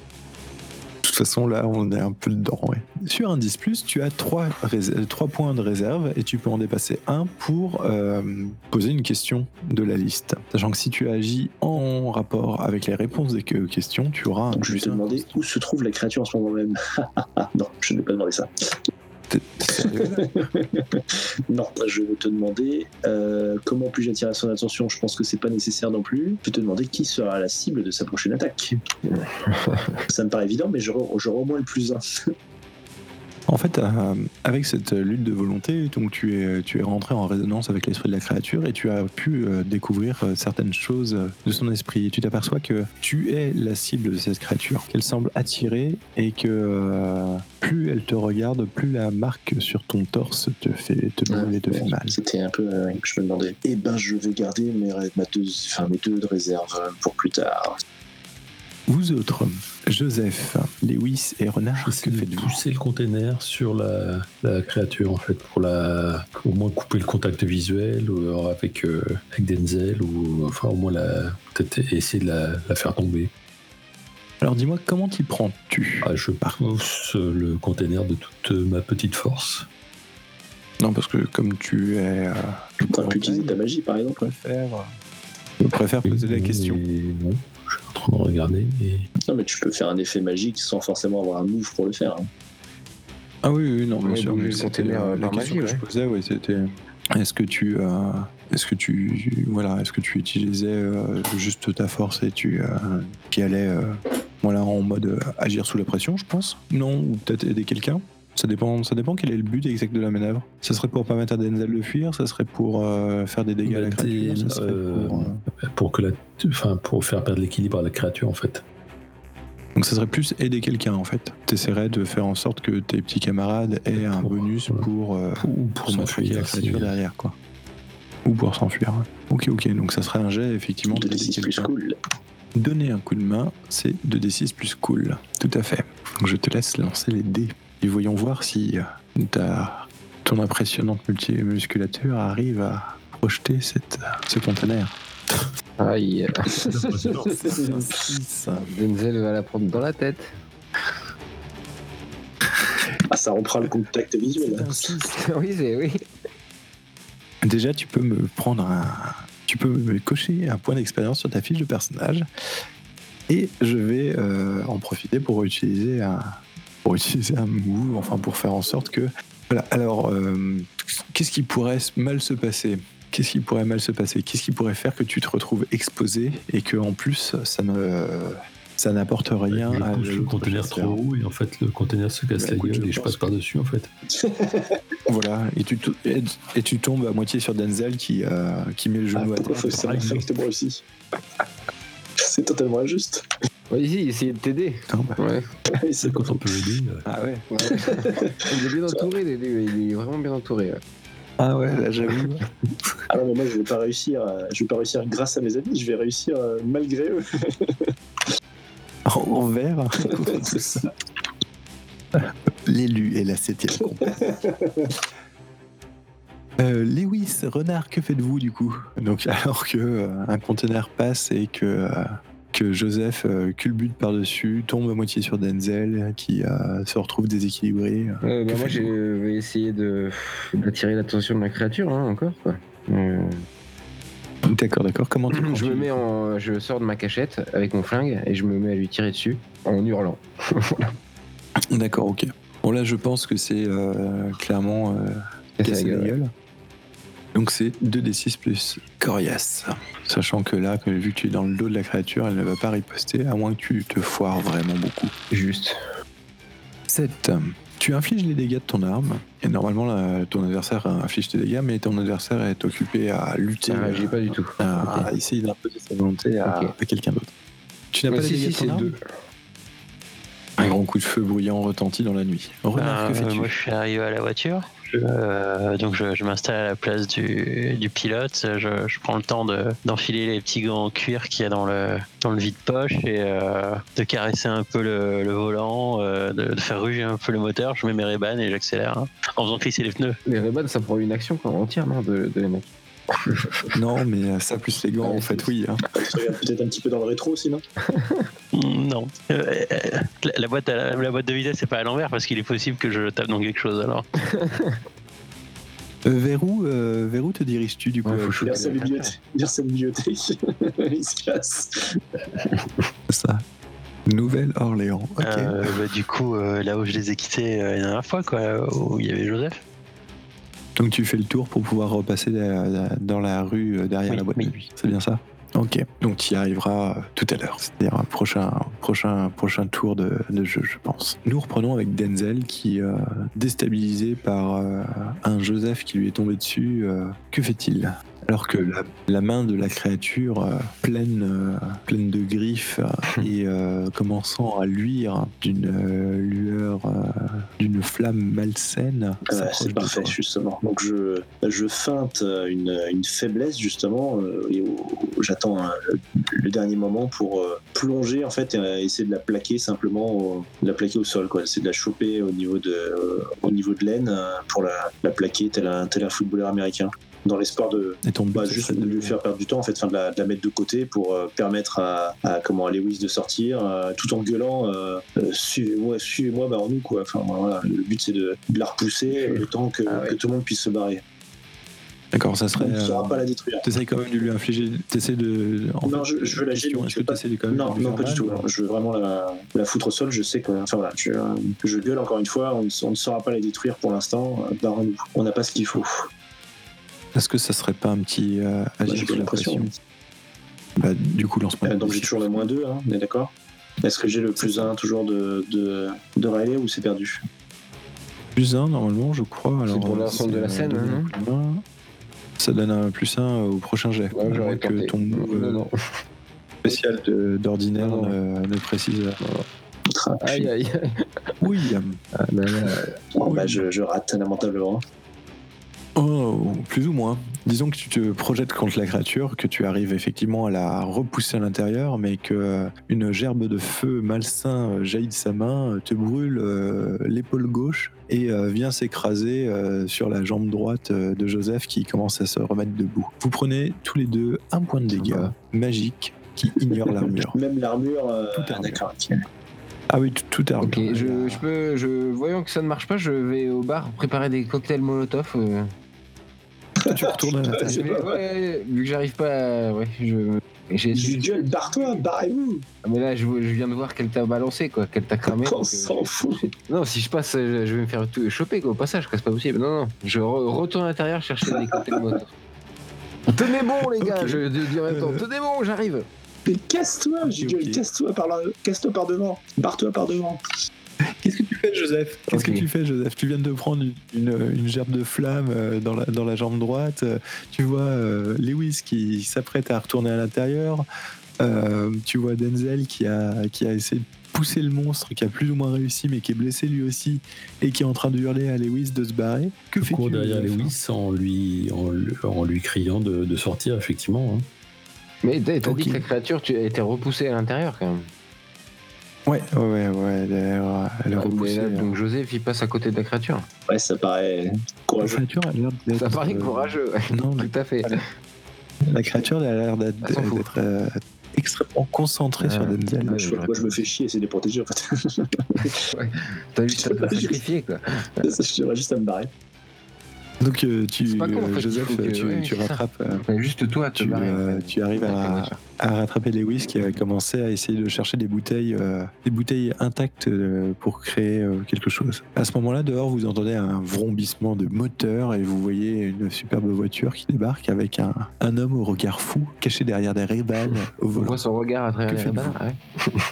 A: De toute façon, là, on est un peu dedans, ouais. Sur un dix plus, tu as trois points de réserve et tu peux en dépasser un pour euh, poser une question de la liste. Sachant que si tu agis en rapport avec les réponses des que- questions, tu auras un
C: Donc je vais
A: plus
C: te
A: un.
C: demander où se trouve la créature en ce moment même. Non, je ne vais pas demander ça.
A: T'es- t'es sérieux, là?
C: Non, je vais te demander euh, comment puis-je attirer son attention. Je pense que c'est pas nécessaire non plus. Je vais te demander qui sera la cible de sa prochaine attaque. Ça me paraît évident, mais j'aurai j'aurai au moins le plus un.
A: En fait, euh, avec cette lutte de volonté, donc tu es, tu es rentré en résonance avec l'esprit de la créature et tu as pu euh, découvrir euh, certaines choses euh, de son esprit. Et tu t'aperçois que tu es la cible de cette créature, qu'elle semble attirer et que euh, plus elle te regarde, plus la marque sur ton torse te fait te brûle et te fait mal.
C: C'était un peu euh, que je me demandais. Eh ben, je vais garder mes, ma deux, enfin, mes deux de réserve pour plus tard.
A: Vous autres, Joseph, Lewis et Renard,
E: J'essaie
A: que
E: de
A: faites-vous?
E: pousser le container sur la, la créature en fait pour la au moins couper le contact visuel ou alors avec, euh, avec Denzel ou enfin au moins la peut-être essayer de la, la faire tomber.
A: Alors dis-moi, comment t'y prends-tu?
E: Ah, je pousse le container de toute ma petite force.
A: Non, parce que comme tu es... Euh,
C: T'aurais pu utiliser ta magie, par exemple.
A: préfère, je préfère poser la
E: Et
A: question.
E: non, je suis en train de regarder et
C: Non, mais tu peux faire un effet magique sans forcément avoir un move pour le faire. hein.
A: Ah oui, oui, non, bien
B: Ouais,
A: sûr.
B: bouger
A: Mais
B: le
A: c'était
B: container,
A: euh,
B: euh,
A: la
B: par
A: question
B: magie,
A: que je
B: ouais.
A: posais, oui, c'était est-ce que tu, euh, est-ce que tu, voilà, est-ce que tu utilisais euh, juste ta force et tu, euh, qui allait, euh, voilà, en mode euh, agir sous la pression, je pense. Non, ou peut-être aider quelqu'un. Ça dépend, ça dépend quel est le but exact de la manœuvre. Ça serait pour permettre à Denzel de fuir, ça serait pour euh, faire des dégâts à la
E: Bah,
A: créature,
E: des-
A: ça serait
E: euh,
A: pour, euh,
E: pour que la enfin pour faire perdre l'équilibre à la créature en fait.
A: Donc ça serait plus aider quelqu'un en fait. T'essaierais de faire en sorte que tes petits camarades aient un
E: Pour-
A: bonus
E: voilà.
A: pour, euh,
E: Pour, pour
A: pour matraquer la
E: s'enfuir,
A: créature
E: c'est-
A: derrière, quoi. Ou pour s'enfuir. ouais. Ok, ok, donc ça serait un jet effectivement
C: deux d
A: d'aider
C: six plus
A: quelqu'un.
C: cool.
A: Donner un coup de main, c'est deux d six plus cool. Tout à fait. Donc je te laisse lancer les dés. Et voyons voir si euh, ta, ton impressionnante multi- musculature arrive à projeter cette, ce conteneur.
B: Aïe.
A: six.
B: Denzel va la prendre dans la tête.
C: Ah, ça reprend le contact visuel.
A: Un six.
B: oui, c'est oui.
A: Déjà, tu peux me prendre un. Tu peux me cocher un point d'expérience sur ta fiche de personnage. Et je vais euh, en profiter pour utiliser un. Pour utiliser un move, enfin pour faire en sorte que. Voilà, alors, euh, qu'est-ce qui pourrait mal se passer Qu'est-ce qui pourrait mal se passer Qu'est-ce qui pourrait faire que tu te retrouves exposé et que en plus, ça ne. Ça n'apporte rien
E: je
A: à
E: pousse le
A: l'autre
E: conteneur
A: chasseur.
E: trop haut et en fait le conteneur se casse
A: Bah,
E: la
A: écoute,
E: gueule
A: je
E: et je
A: pense
E: passe par dessus en fait.
A: Voilà, et tu, to- et, et tu tombes à moitié sur Denzel qui, euh, qui met le
C: Ah,
A: genou à
C: pourquoi
A: terre.
C: faut ça exactement aussi C'est totalement injuste.
B: Ouais, ici, essayez de t'aider.
A: Putain, bah,
B: Ouais.
C: C'est
E: C'est quand on peut aider. euh,
A: Ah ouais.
B: Il est bien entouré, l'élu. Il est vraiment bien entouré. ouais.
A: Ah ouais, là j'avoue.
C: Ah non, mais moi je vais pas réussir, à- je vais pas réussir grâce à mes amis, je vais réussir euh, malgré eux.
A: En vert.
C: C'est ça.
A: L'élu est la septième compagnie. Euh, Lewis, Renard, que faites-vous du coup? Donc alors que euh, un conteneur passe et que, euh, que Joseph euh, culbute par-dessus, tombe à moitié sur Denzel, qui euh, se retrouve déséquilibré.
B: Euh, bah,
A: Que
B: moi, je
A: faites-vous
B: vais essayer de d'attirer l'attention de la créature, hein, encore quoi. Euh,
A: D'accord, d'accord. Comment tu
B: je
A: prends,
B: me
A: tu-
B: mets en, je sors de ma cachette avec mon flingue et je me mets à lui tirer dessus en hurlant.
A: D'accord, ok. Bon là, je pense que c'est euh, clairement euh,
B: Casser
A: casser
B: la
A: la
B: gueule.
A: gueule. Donc c'est deux d six plus coriace. Sachant que là, que- vu que tu es dans le dos de la créature, elle ne va pas riposter, à moins que tu te foires vraiment beaucoup.
B: Juste.
A: sept. Tu infliges les dégâts de ton arme, et normalement là, ton adversaire inflige tes dégâts, mais ton adversaire est occupé à lutter,
B: Ça réagit pas du tout.
A: à, à
B: Ok.
A: essayer d'imposer sa volonté à,
B: Ok.
A: à quelqu'un d'autre. Tu n'as pas
B: Euh,
A: les
B: si,
A: dégâts
B: si,
A: de ton
B: c'est
A: arme
B: deux.
A: Un grand coup de feu bruyant retentit dans la nuit. Renard, que
D: Euh,
A: fais-tu
D: moi, je suis arrivé à la voiture. Euh, donc, je, je m'installe à la place du, du pilote. Je, je prends le temps de, d'enfiler les petits gants en cuir qu'il y a dans le, dans le vide-poche et euh, de caresser un peu le, le volant, euh, de, de faire rugir un peu le moteur. Je mets mes Ray-Ban et j'accélère hein, en faisant clisser les pneus.
B: Les Ray-Ban, ça prend une action quoi, entière, non, de, de les mettre.
A: Non, mais euh, ça plus les gants,
B: Ah,
A: en
B: mais
A: fait,
B: c'est-
A: oui. hein.
C: Tu regardes peut-être un petit peu dans le rétro aussi, non?
D: Mm, Non. Euh, la, la boîte à- la boîte de vitesse, c'est pas à l'envers parce qu'il est possible que je tape dans quelque chose alors.
A: Euh, vers où, euh, vers où te diriges-tu du coup
B: Ouais, faut
A: avec
B: choper
C: Vers sa
B: la
C: bibliothèque. Vers sa bibliothèque. Il se casse.
A: ça Nouvelle-Orléans, ok.
D: Euh, bah, du coup, euh, là où je les ai quittés euh, la dernière fois, quoi, où il y avait Joseph.
A: Donc tu fais le tour pour pouvoir repasser la- dans la rue euh, derrière
D: Oui,
A: la boîte
D: oui.
A: de nuit. C'est bien ça? Ok. Donc tu y arriveras euh, tout à l'heure. C'est-à-dire un prochain, prochain, prochain tour de, de jeu, je pense. Nous reprenons avec Denzel qui, euh, déstabilisé par euh, un Joseph qui lui est tombé dessus, euh, que fait-il? Alors que la, la main de la créature, euh, pleine, euh, pleine de griffes euh, et euh, commençant à luire d'une euh, lueur, euh, d'une flamme malsaine,
C: Euh,
A: s'approche
C: c'est
A: de
C: parfait,
A: toi.
C: justement. Donc je, je feinte une, une faiblesse, justement, euh, et au- j'attends hein, le, le dernier moment pour euh, plonger, en fait, et euh, essayer de la plaquer simplement, au, de la plaquer au sol, quoi. Essayer de la choper au niveau de, euh, au niveau de l'aine euh, pour la, la plaquer tel un, tel un footballeur américain. Dans l'espoir de,
A: Et ton but,
C: bah,
A: ça
C: juste
A: serait
C: de
A: de
C: lui faire perdre du temps, en fait, enfin, de, la, de la mettre de côté pour euh, permettre à, à, comment, à Lewis de sortir, euh, tout en gueulant euh, euh, suivez-moi, suivez-moi, bah, nous, quoi. Enfin, voilà, le but, c'est de, de la repousser le temps que,
B: Ah ouais.
C: que tout le monde puisse se barrer.
A: D'accord, ça serait.
C: On ne saura
A: euh,
C: pas la détruire.
A: T'essayes quand même de lui infliger. T'essaies de. en
C: Non,
A: fait,
C: je, je veux la
A: question,
C: gêner.
A: Est-ce
C: Je
A: que
C: veux pas-
A: t'essaies quand même
C: Non,
A: de lui
C: non,
A: faire
C: pas du
A: mal,
C: tout.
A: ou-
C: non. Je veux vraiment la, la foutre au sol. Je sais que, enfin voilà, je, je gueule encore une fois. On, ne- on ne saura pas la détruire pour l'instant. Euh, barrons-nous. On n'a pas ce qu'il faut.
A: Est-ce que ça serait pas un petit euh,
C: Bah,
A: agir
C: j'ai
A: sous
C: pas
A: la
C: l'impression.
A: pression? Bah, du coup, lance-moi.
C: Euh, donc j'ai toujours le moins deux, hein, on est d'accord? Est-ce que j'ai le plus un toujours de, de, de Riley ou c'est perdu?
A: Plus un, normalement, je crois. Alors,
B: pour
A: euh,
B: l'ensemble de la
A: euh,
B: scène,
A: donner
B: hein,
A: un plus un. Ça donne un plus un au prochain jet.
B: Ouais,
A: À
B: j'aurais
A: moins que
B: tenté.
A: ton move
B: Non,
A: euh,
B: non.
A: spécial de- d'ordinaire
B: Non, non.
A: ne, ne précise.
C: Ah,
B: Aïe, aïe, aïe.
A: Oui.
B: Ah, là, là.
C: Bon,
A: Oui.
C: bah, je, je rate lamentablement.
A: Oh, plus ou moins. Disons que tu te projettes contre la créature, que tu arrives effectivement à la repousser à l'intérieur, mais que euh, une gerbe de feu malsain euh, jaillit de sa main, euh, te brûle euh, l'épaule gauche et euh, vient s'écraser euh, sur la jambe droite euh, de Joseph qui commence à se remettre debout. Vous prenez tous les deux un point de dégâts
B: va.
A: magique qui ignore l'armure.
C: Même l'armure. euh,
A: Tout est
C: ah, d'accord. ok.
A: Ah oui, tout, tout est armure.
B: Ok, je, je peux, je, voyant que ça ne marche pas, je vais au bar préparer des cocktails Molotov. euh.
A: Tu retournes à l'intérieur.
C: C'est
B: Mais
C: pas-
B: ouais, vu que j'arrive pas, à- ouais, je, j'ai essayé.
C: Je gueule, barre-toi, barrez-vous.
B: Ah, mais là, je, je viens de voir qu'elle t'a balancé, quoi, qu'elle t'a cramé.
C: On
B: donc, euh,
C: s'en
B: j'ai-
C: fout.
B: j'ai- Non, si je passe, euh, je vais me faire tout- choper, quoi, au passage, quoi, c'est pas possible. Non, non, je re- retourne à l'intérieur chercher des cocktails Molotov. Tenez bon, les gars,
A: Ok.
B: je dis en même temps,
A: Euh.
B: tenez bon, j'arrive.
C: Mais casse-toi,
A: Ok,
C: j'ai gueule,
A: ok.
C: casse-toi par là, casse-toi par devant, barre-toi par devant.
A: Qu'est-ce que tu fais, Joseph Qu'est-ce
B: Ok.
A: que tu fais, Joseph Tu viens de te prendre une, une, une gerbe de flamme euh, dans la, dans la jambe droite. Euh, Tu vois euh, Lewis qui s'apprête à retourner à l'intérieur. Euh, tu vois Denzel qui a, qui a essayé pousser le monstre qui a plus ou moins réussi mais qui est blessé lui aussi et qui est en train de hurler à Lewis de se barrer. Que
E: Je
A: fais-tu
E: cours derrière
A: Joseph
E: Lewis en lui, en, lui- en lui criant de, de sortir, effectivement. hein.
B: Mais t'as, t'as
A: Ok.
B: dit que la créature tu, a été repoussée à l'intérieur quand même.
A: Ouais, ouais, ouais, ouais, d'ailleurs, elle a
B: Ah, mais
A: repoussé.
B: là,
A: euh,
B: donc Joseph il passe à côté de la créature.
C: Ouais, ça paraît
A: La
C: courageux.
A: créature a l'air d'être.
B: Ça paraît
A: euh,
B: courageux, ouais.
A: Non, la,
B: Tout à fait.
A: la créature a l'air d'être,
B: Elle s'en fout.
A: d'être, euh, extrêmement concentrée
B: Ah,
A: sur Denzel.
B: ouais.
C: Je vois pourquoi je me fais chier, essayer de les protéger en fait.
B: T'as juste à te sacrifier quoi.
C: J'aurais juste à me barrer.
A: Donc euh, tu,
B: C'est pas con, en fait,
A: Joseph,
B: il faut que-
A: tu,
B: ouais,
A: tu
B: c'est ça.
A: rattrapes, euh,
B: Mais juste toi te
A: tu,
B: barrer.
A: euh,
B: en fait.
A: tu arrives
B: Avec la
A: à,
B: créature.
A: à rattraper Lewis qui a commencé à essayer de chercher des bouteilles, euh, des bouteilles intactes euh, pour créer euh, quelque chose. À ce moment-là, dehors, vous entendez un vrombissement de moteur et vous voyez une superbe voiture qui débarque avec un, un homme au regard fou caché derrière des rébales au
B: On
A: volant.
B: voit son regard à travers
A: Que
B: les
A: faites-vous
B: radars. Ouais.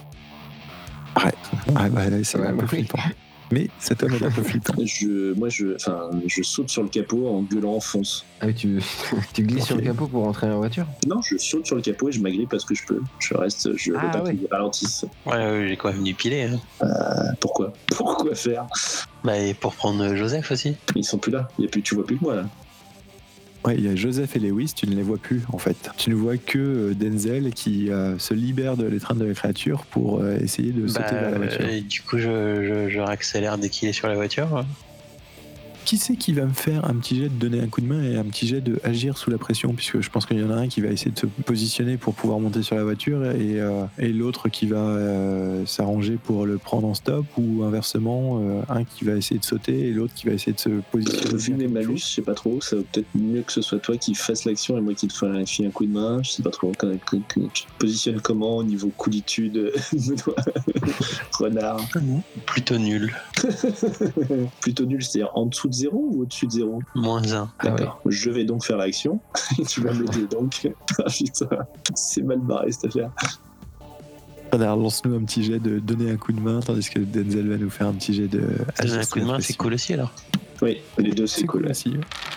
A: Ah bah là, c'est
B: Ouais,
A: un peu
B: bah oui.
A: flippant. Mais cet homme est un peu flippant.
C: Je, moi, je, enfin, je saute sur le capot en gueulant en fonce.
B: Ah oui, tu, tu glisses
A: Ok.
B: sur le capot pour rentrer dans la voiture.
C: Non, je saute sur le capot et je m'agrippe parce que je peux. Je reste, je veux
B: Ah,
C: pas
B: ouais.
C: qu'ils ralentissent.
D: Ouais, ouais, j'ai quand même du piler. Hein.
C: Euh, pourquoi Pourquoi faire
D: Bah, et pour prendre Joseph aussi.
C: Ils sont plus là. Il y a plus, tu vois plus que moi là.
A: Ouais, il y a Joseph et Lewis, tu ne les vois plus en fait. Tu ne vois que euh, Denzel qui euh, se libère de l'étreinte de la créature pour euh, essayer de sauter
D: Bah,
A: vers la voiture.
D: euh, du coup, je, je, je réaccélère dès qu'il est sur la voiture. hein.
A: Qui c'est qui va me faire un petit jet de donner un coup de main et un petit jet de agir sous la pression, puisque je pense qu'il y en a un qui va essayer de se positionner pour pouvoir monter sur la voiture et, euh, et l'autre qui va euh, s'arranger pour le prendre en stop, ou inversement euh, un qui va essayer de sauter et l'autre qui va essayer de se positionner.
C: Vu mes
A: comme il
C: malus,
A: faut.
C: je sais pas trop. Ça vaut peut-être mieux que ce soit toi qui fasses l'action et moi qui te file un coup de main. Je sais pas trop. Que, que, que tu te positionnes comment au niveau coolitude, renard.
D: Plutôt nul.
C: Plutôt nul, c'est-à-dire en dessous de zéro ou au-dessus de zéro?
D: Moins un.
B: Ah ouais.
C: D'accord. Je vais donc faire l'action. Tu vas m'aider donc. Ah putain, c'est mal barré cette affaire.
A: Alors, lance-nous un petit jet de donner un coup de main, tandis que Denzel va nous faire un petit jet de agir
D: Un
A: sous
D: coup de
A: la
D: main,
A: pression.
D: c'est cool aussi alors.
C: Oui, les deux c'est
A: C'est cool
C: cool.
A: aussi.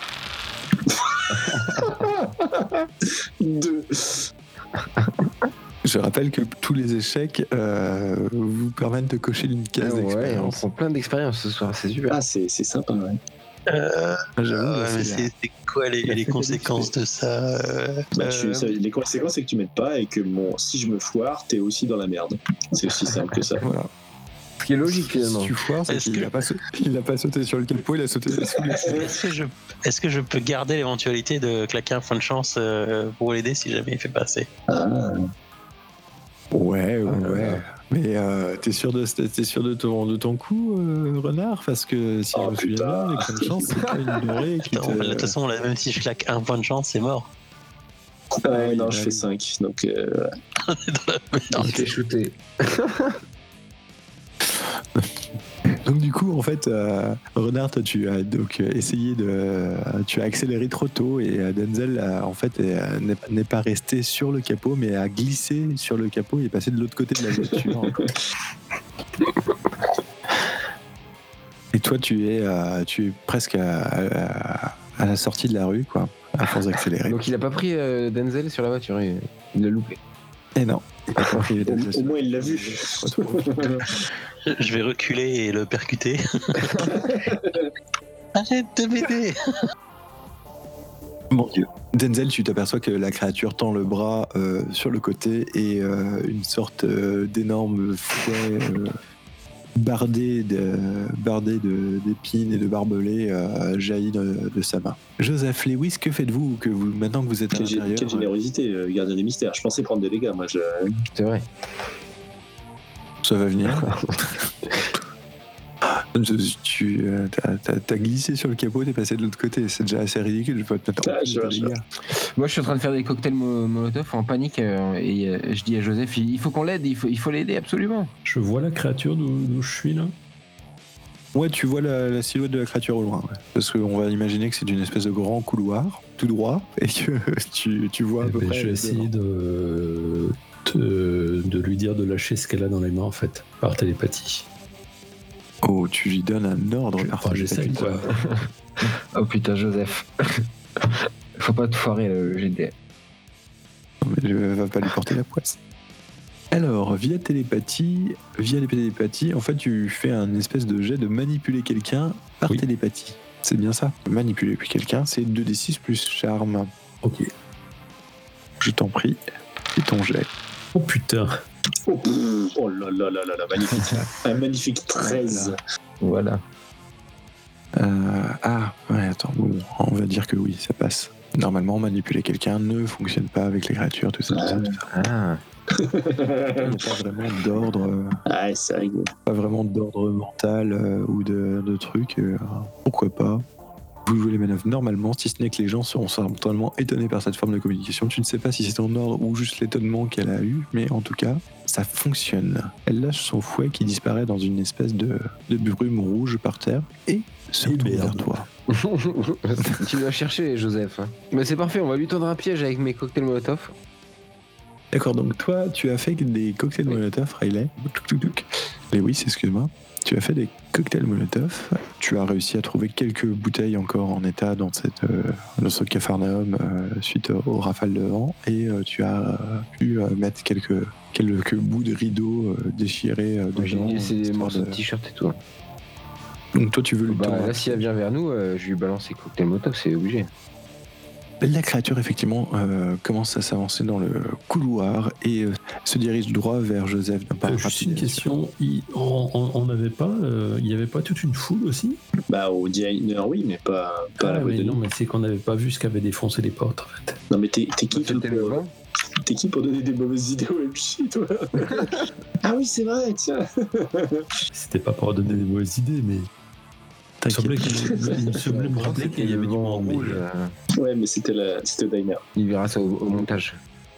C: Deux.
A: Je rappelle que tous les échecs euh, vous permettent de cocher une
B: Ah
A: case
B: ouais, on
A: d'expérience.
B: prend plein d'expérience ce soir, c'est super.
C: Ah, c'est c'est sympa, ouais.
D: Euh,
A: J'avoue,
D: ouais,
A: là,
D: mais
A: c'est-
D: c'est c'est quoi les,
A: la
D: les
A: fête
D: conséquences de ça euh,
C: Bah,
D: euh,
C: tu, ça- les conséquences, c'est que tu m'aides pas et que mon, si je me foire, t'es aussi dans la merde. C'est aussi simple que ça.
A: Voilà.
B: Ce qui est logique finalement.
A: Si tu foires, c'est
D: Est-ce
A: qu'il
D: que-
A: n'a pas, sau- il n'a pas sauté sur le capot, il a sauté sous les
D: Est-ce que, je, est-ce que je peux garder l'éventualité de claquer un point de chance euh, pour l'aider si jamais il fait pas assez?
C: Ah,
A: Ouais, ouais,
B: Ah là
A: ouais.
B: là.
A: Mais euh, t'es sûr de t'es sûr de ton de ton coup, euh, renard, parce que si
C: Oh,
A: je me souviens
C: putain.
A: bien, avec une chance, c'est pas une durée qui
D: Attends,
A: te...
D: De toute façon, là, même si je claque un point de chance, c'est mort.
C: ouais,
A: oui,
C: non,
A: bah
C: je
A: oui.
C: fais cinq. Donc, euh,
B: Il fait shooter.
A: Donc du coup, en fait, euh, renard, toi, tu as donc euh, essayé de, euh, tu as accéléré trop tôt et euh, Denzel, euh, en fait, euh, n'est n'est pas resté sur le capot, mais a glissé sur le capot et est passé de l'autre côté de la voiture. Et toi, tu es, euh, tu es presque à, à- à la sortie de la rue, quoi, à force d'accélérer.
B: Donc il a pas pris euh, Denzel sur la voiture, il il l'a loupé.
A: Et non, il a pas pris
C: au,
A: Denzel
C: au
A: sur-
C: moins, il l'a vu.
D: Je vais reculer et le percuter. Arrête de m'aider!
A: Mon Dieu. Denzel, tu t'aperçois que la créature tend le bras euh, sur le côté et euh, une sorte euh, d'énorme fouet euh, bardé de, bardé de- d'épines et de barbelés euh, jaillit de, de sa main. Joseph Lewis, que faites-vous que vous maintenant que vous êtes à
C: Quelle, gé-
A: l'intérieur?
C: quelle générosité, euh, gardien des mystères. Je pensais prendre des dégâts, moi. Je...
B: C'est vrai.
A: Ça va venir. Je- tu euh, t'as, t'as- t'as glissé sur le capot, t'es passé de l'autre côté. C'est déjà assez ridicule. Je vais pas te mettre en
C: Ah,
A: plus
C: je
A: de
C: vois, je
A: dégâts.
B: Moi je suis en train de faire des cocktails mo- molotov en panique euh, et euh, je dis à Joseph il il faut qu'on l'aide, il faut il faut l'aider absolument.
E: Je vois la créature d'où d'où je suis là.
A: Ouais, tu vois la, la silhouette de la créature au loin. Ouais. Parce qu'on va imaginer que c'est une espèce de grand couloir, tout droit, et que tu, tu vois à
E: Eh
A: peu
E: ben,
A: près.
E: je vais essayer de, de, de lui dire de lâcher ce qu'elle a dans les mains en fait, par télépathie.
A: Oh, tu lui donnes un ordre
E: Je-
A: par
E: enfin, j'essaye,
A: télépathie.
E: quoi.
B: Oh putain Joseph. Faut pas te foirer le G D.
A: Mais je va pas lui porter la poisse. Alors, via télépathie, via les télépathies, en fait, tu fais un espèce de jet de manipuler quelqu'un par
E: Oui.
A: télépathie. C'est bien ça. Manipuler quelqu'un, c'est deux d six plus charme.
E: Ok.
A: Je t'en prie. C'est ton jet.
E: Oh putain.
C: Oh, pff, oh là là là là là, magnifique. Un magnifique treize.
B: Voilà.
A: Euh, ah, ouais, attends, bon, on va dire que oui, ça passe. Normalement, manipuler quelqu'un ne fonctionne pas avec les créatures, tout ça, tout ça, tout ça.
B: Ah.
A: Il n'y a pas vraiment d'ordre, euh,
C: Ah, c'est rigolo.
A: pas vraiment d'ordre mental euh, ou de, de trucs. euh, pourquoi pas? Vous jouez les manœuvres normalement, si ce n'est que les gens seront certainement étonnés par cette forme de communication. Tu ne sais pas si c'est ton ordre ou juste l'étonnement qu'elle a eu, mais en tout cas, ça fonctionne. Elle lâche son fouet qui disparaît dans une espèce de, de brume rouge par terre et se
E: Et
A: retourne vers
E: merde.
A: toi.
B: Tu dois chercher, Joseph. hein. Mais c'est parfait, on va lui tendre un piège avec mes cocktails Molotov.
A: D'accord, donc toi, tu as fait des cocktails
B: Oui.
A: Molotov, Riley. Tuk, tuk, tuk. Lewis, excuse-moi. Tu as fait des cocktails Molotov. Tu as réussi à trouver quelques bouteilles encore en état dans, cette, euh, dans ce Capharnaüm euh, suite aux rafales de vent. Et euh, tu as euh, pu euh, mettre quelques, quelques bouts de rideaux euh, déchirés euh,
B: J'ai
A: dedans.
B: laissé des
A: histoire
B: morceaux de
A: de-
B: t-shirt et tout.
A: Donc toi, tu veux le
B: Bah,
A: tour.
B: là, si elle vient vers nous, euh, je lui balance ses cocktails Molotov, c'est obligé.
A: La créature, effectivement, euh, commence à s'avancer dans le couloir et euh, se dirige droit vers Joseph d'un pas
E: Euh, juste
A: rapide.
E: une question. Il- on on- on n'avait pas, euh, il n'y avait pas toute une foule aussi?
C: Bah, au diner, oui, mais pas, pas à la
E: Ah,
C: boîte
E: mais
C: de
E: non,
C: nuit.
E: mais c'est qu'on n'avait pas vu ce qu'avait défoncé les portes en fait.
C: Non, mais t'es t'es qui, toi,
B: C'était le
C: pour-
B: vent.
C: t'es qui pour donner des mauvaises idées au M J, toi? Ah oui, c'est vrai, tiens.
E: C'était pas pour donner des mauvaises idées, mais il me semblait,
A: T'inquiète.
E: qu'il- il me semblait me rappeler qu'il y avait du
B: vent
E: monde. mais-
B: rouge. euh,
C: Ouais, mais c'était la- c'était le diner.
B: Il verra ça au, au montage.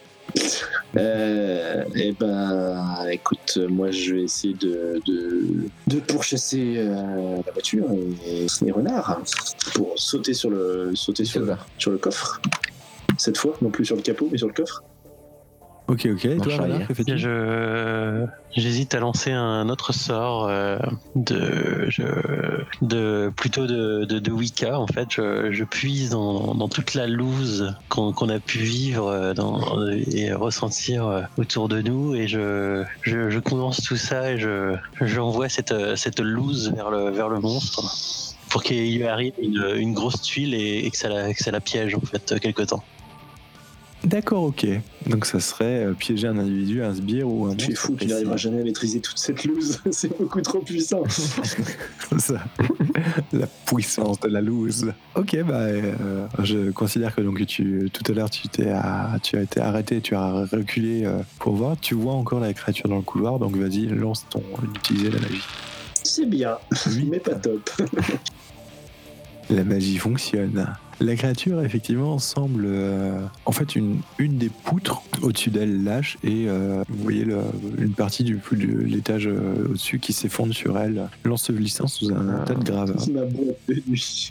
C: Euh, et ben, écoute, moi je vais essayer de, de, de pourchasser euh, la voiture et les renards pour sauter sur le, sauter sur le, sur le coffre. Cette fois, non plus sur le capot, mais sur le coffre.
A: Ok, ok. Et
B: Marche
A: toi, Renard,
B: arrière.
A: que fais-tu?
D: Je j'hésite à lancer un autre sort euh, de je, de plutôt de, de, de Wicca en fait. Je, je puise dans, dans toute la loose qu'on qu'on a pu vivre euh, dans, et ressentir euh, autour de nous et je, je, je condense tout ça et je j'envoie cette cette loose vers le vers le monstre pour qu'il lui arrive une, une grosse tuile et, et que ça la que ça la piège en fait quelque temps.
A: D'accord, ok. Donc ça serait euh, piéger un individu, un sbire ou un
C: Tu es
A: monstre
C: fou, tu
A: précis.
C: n'arriveras jamais à maîtriser toute cette loose. C'est beaucoup trop puissant.
A: Ça. La puissance de la loose. Ok, bah, euh, je considère que donc tu, tout à l'heure tu, t'es à- tu as été arrêté, tu as reculé euh, pour voir. Tu vois encore la créature dans le couloir, donc vas-y, lance ton utiliser la magie.
C: C'est bien,
A: Oui.
C: mais pas top.
A: La magie fonctionne. La créature, effectivement, semble... euh, en fait, une, une des poutres au-dessus d'elle lâche et euh, vous voyez le- une partie du, de l'étage euh, au-dessus qui s'effondre sur elle, l'ensevelissant sous un tas de gravats.
C: Ma boîte de nuit.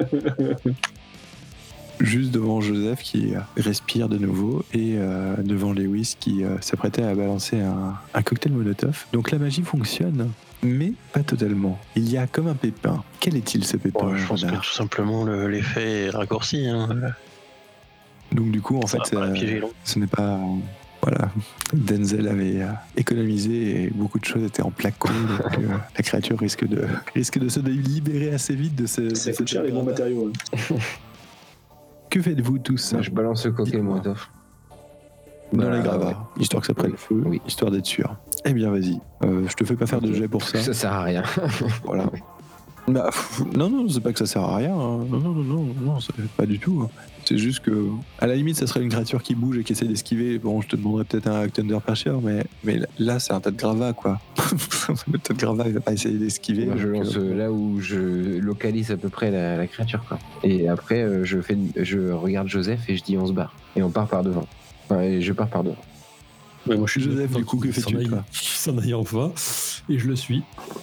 A: Juste devant Joseph qui euh, respire de nouveau et euh, devant Lewis qui euh, s'apprêtait à balancer un, un cocktail Molotov. Donc la magie fonctionne, mais pas totalement. Il y a comme un pépin. Quel est-il ce pépin,
D: Bon, je pense que
A: Renard
D: tout simplement le- l'effet est raccourci. Hein.
A: Donc du coup, en
D: Ça
A: fait,
D: va pas la
A: euh,
D: piéger long.
A: ce n'est pas... euh, voilà, Denzel avait euh, économisé et beaucoup de choses étaient en placo, donc euh, la créature risque de, risque de se libérer assez vite de ce...
C: Ça
A: de
C: coûte
A: ce
C: cher les bons
A: gravat.
C: matériaux. hein.
A: Que faites-vous tous
B: Moi, je balance le cocktail
A: Dites-moi.
B: Molotov.
A: dans
B: Bah,
A: les gravats, histoire que ça prenne
B: Oui.
A: feu,
B: Oui.
A: histoire d'être sûr. Eh bien, vas-y. Euh, je te fais pas faire de
B: Ok.
A: jet pour ça.
B: Ça sert à rien.
A: Voilà. Bah, pff, non, non, c'est pas que ça sert à rien. hein. Non, non, non, non, non, c'est pas du tout. hein. C'est juste que, à la limite, ça serait une créature qui bouge et qui essaie d'esquiver. Bon, je te demanderais peut-être un Thunder Pasher, mais, mais là, c'est un tas de gravats, quoi. Le tas de gravats, il va pas essayer d'esquiver.
B: Moi, je
A: donc,
B: lance
A: euh,
B: euh, là où je localise à peu près la, la créature. Quoi. Et après, euh, je, fais, je regarde Joseph et je dis on se barre. Et on part par devant. Enfin, et je pars par devant.
E: Ouais, moi, je suis
A: Joseph,
E: content
A: du coup, que
E: qu'il
A: fais-tu,
E: s'en aille-
A: toi
E: qu'il s'en aille enfin, et je le suis.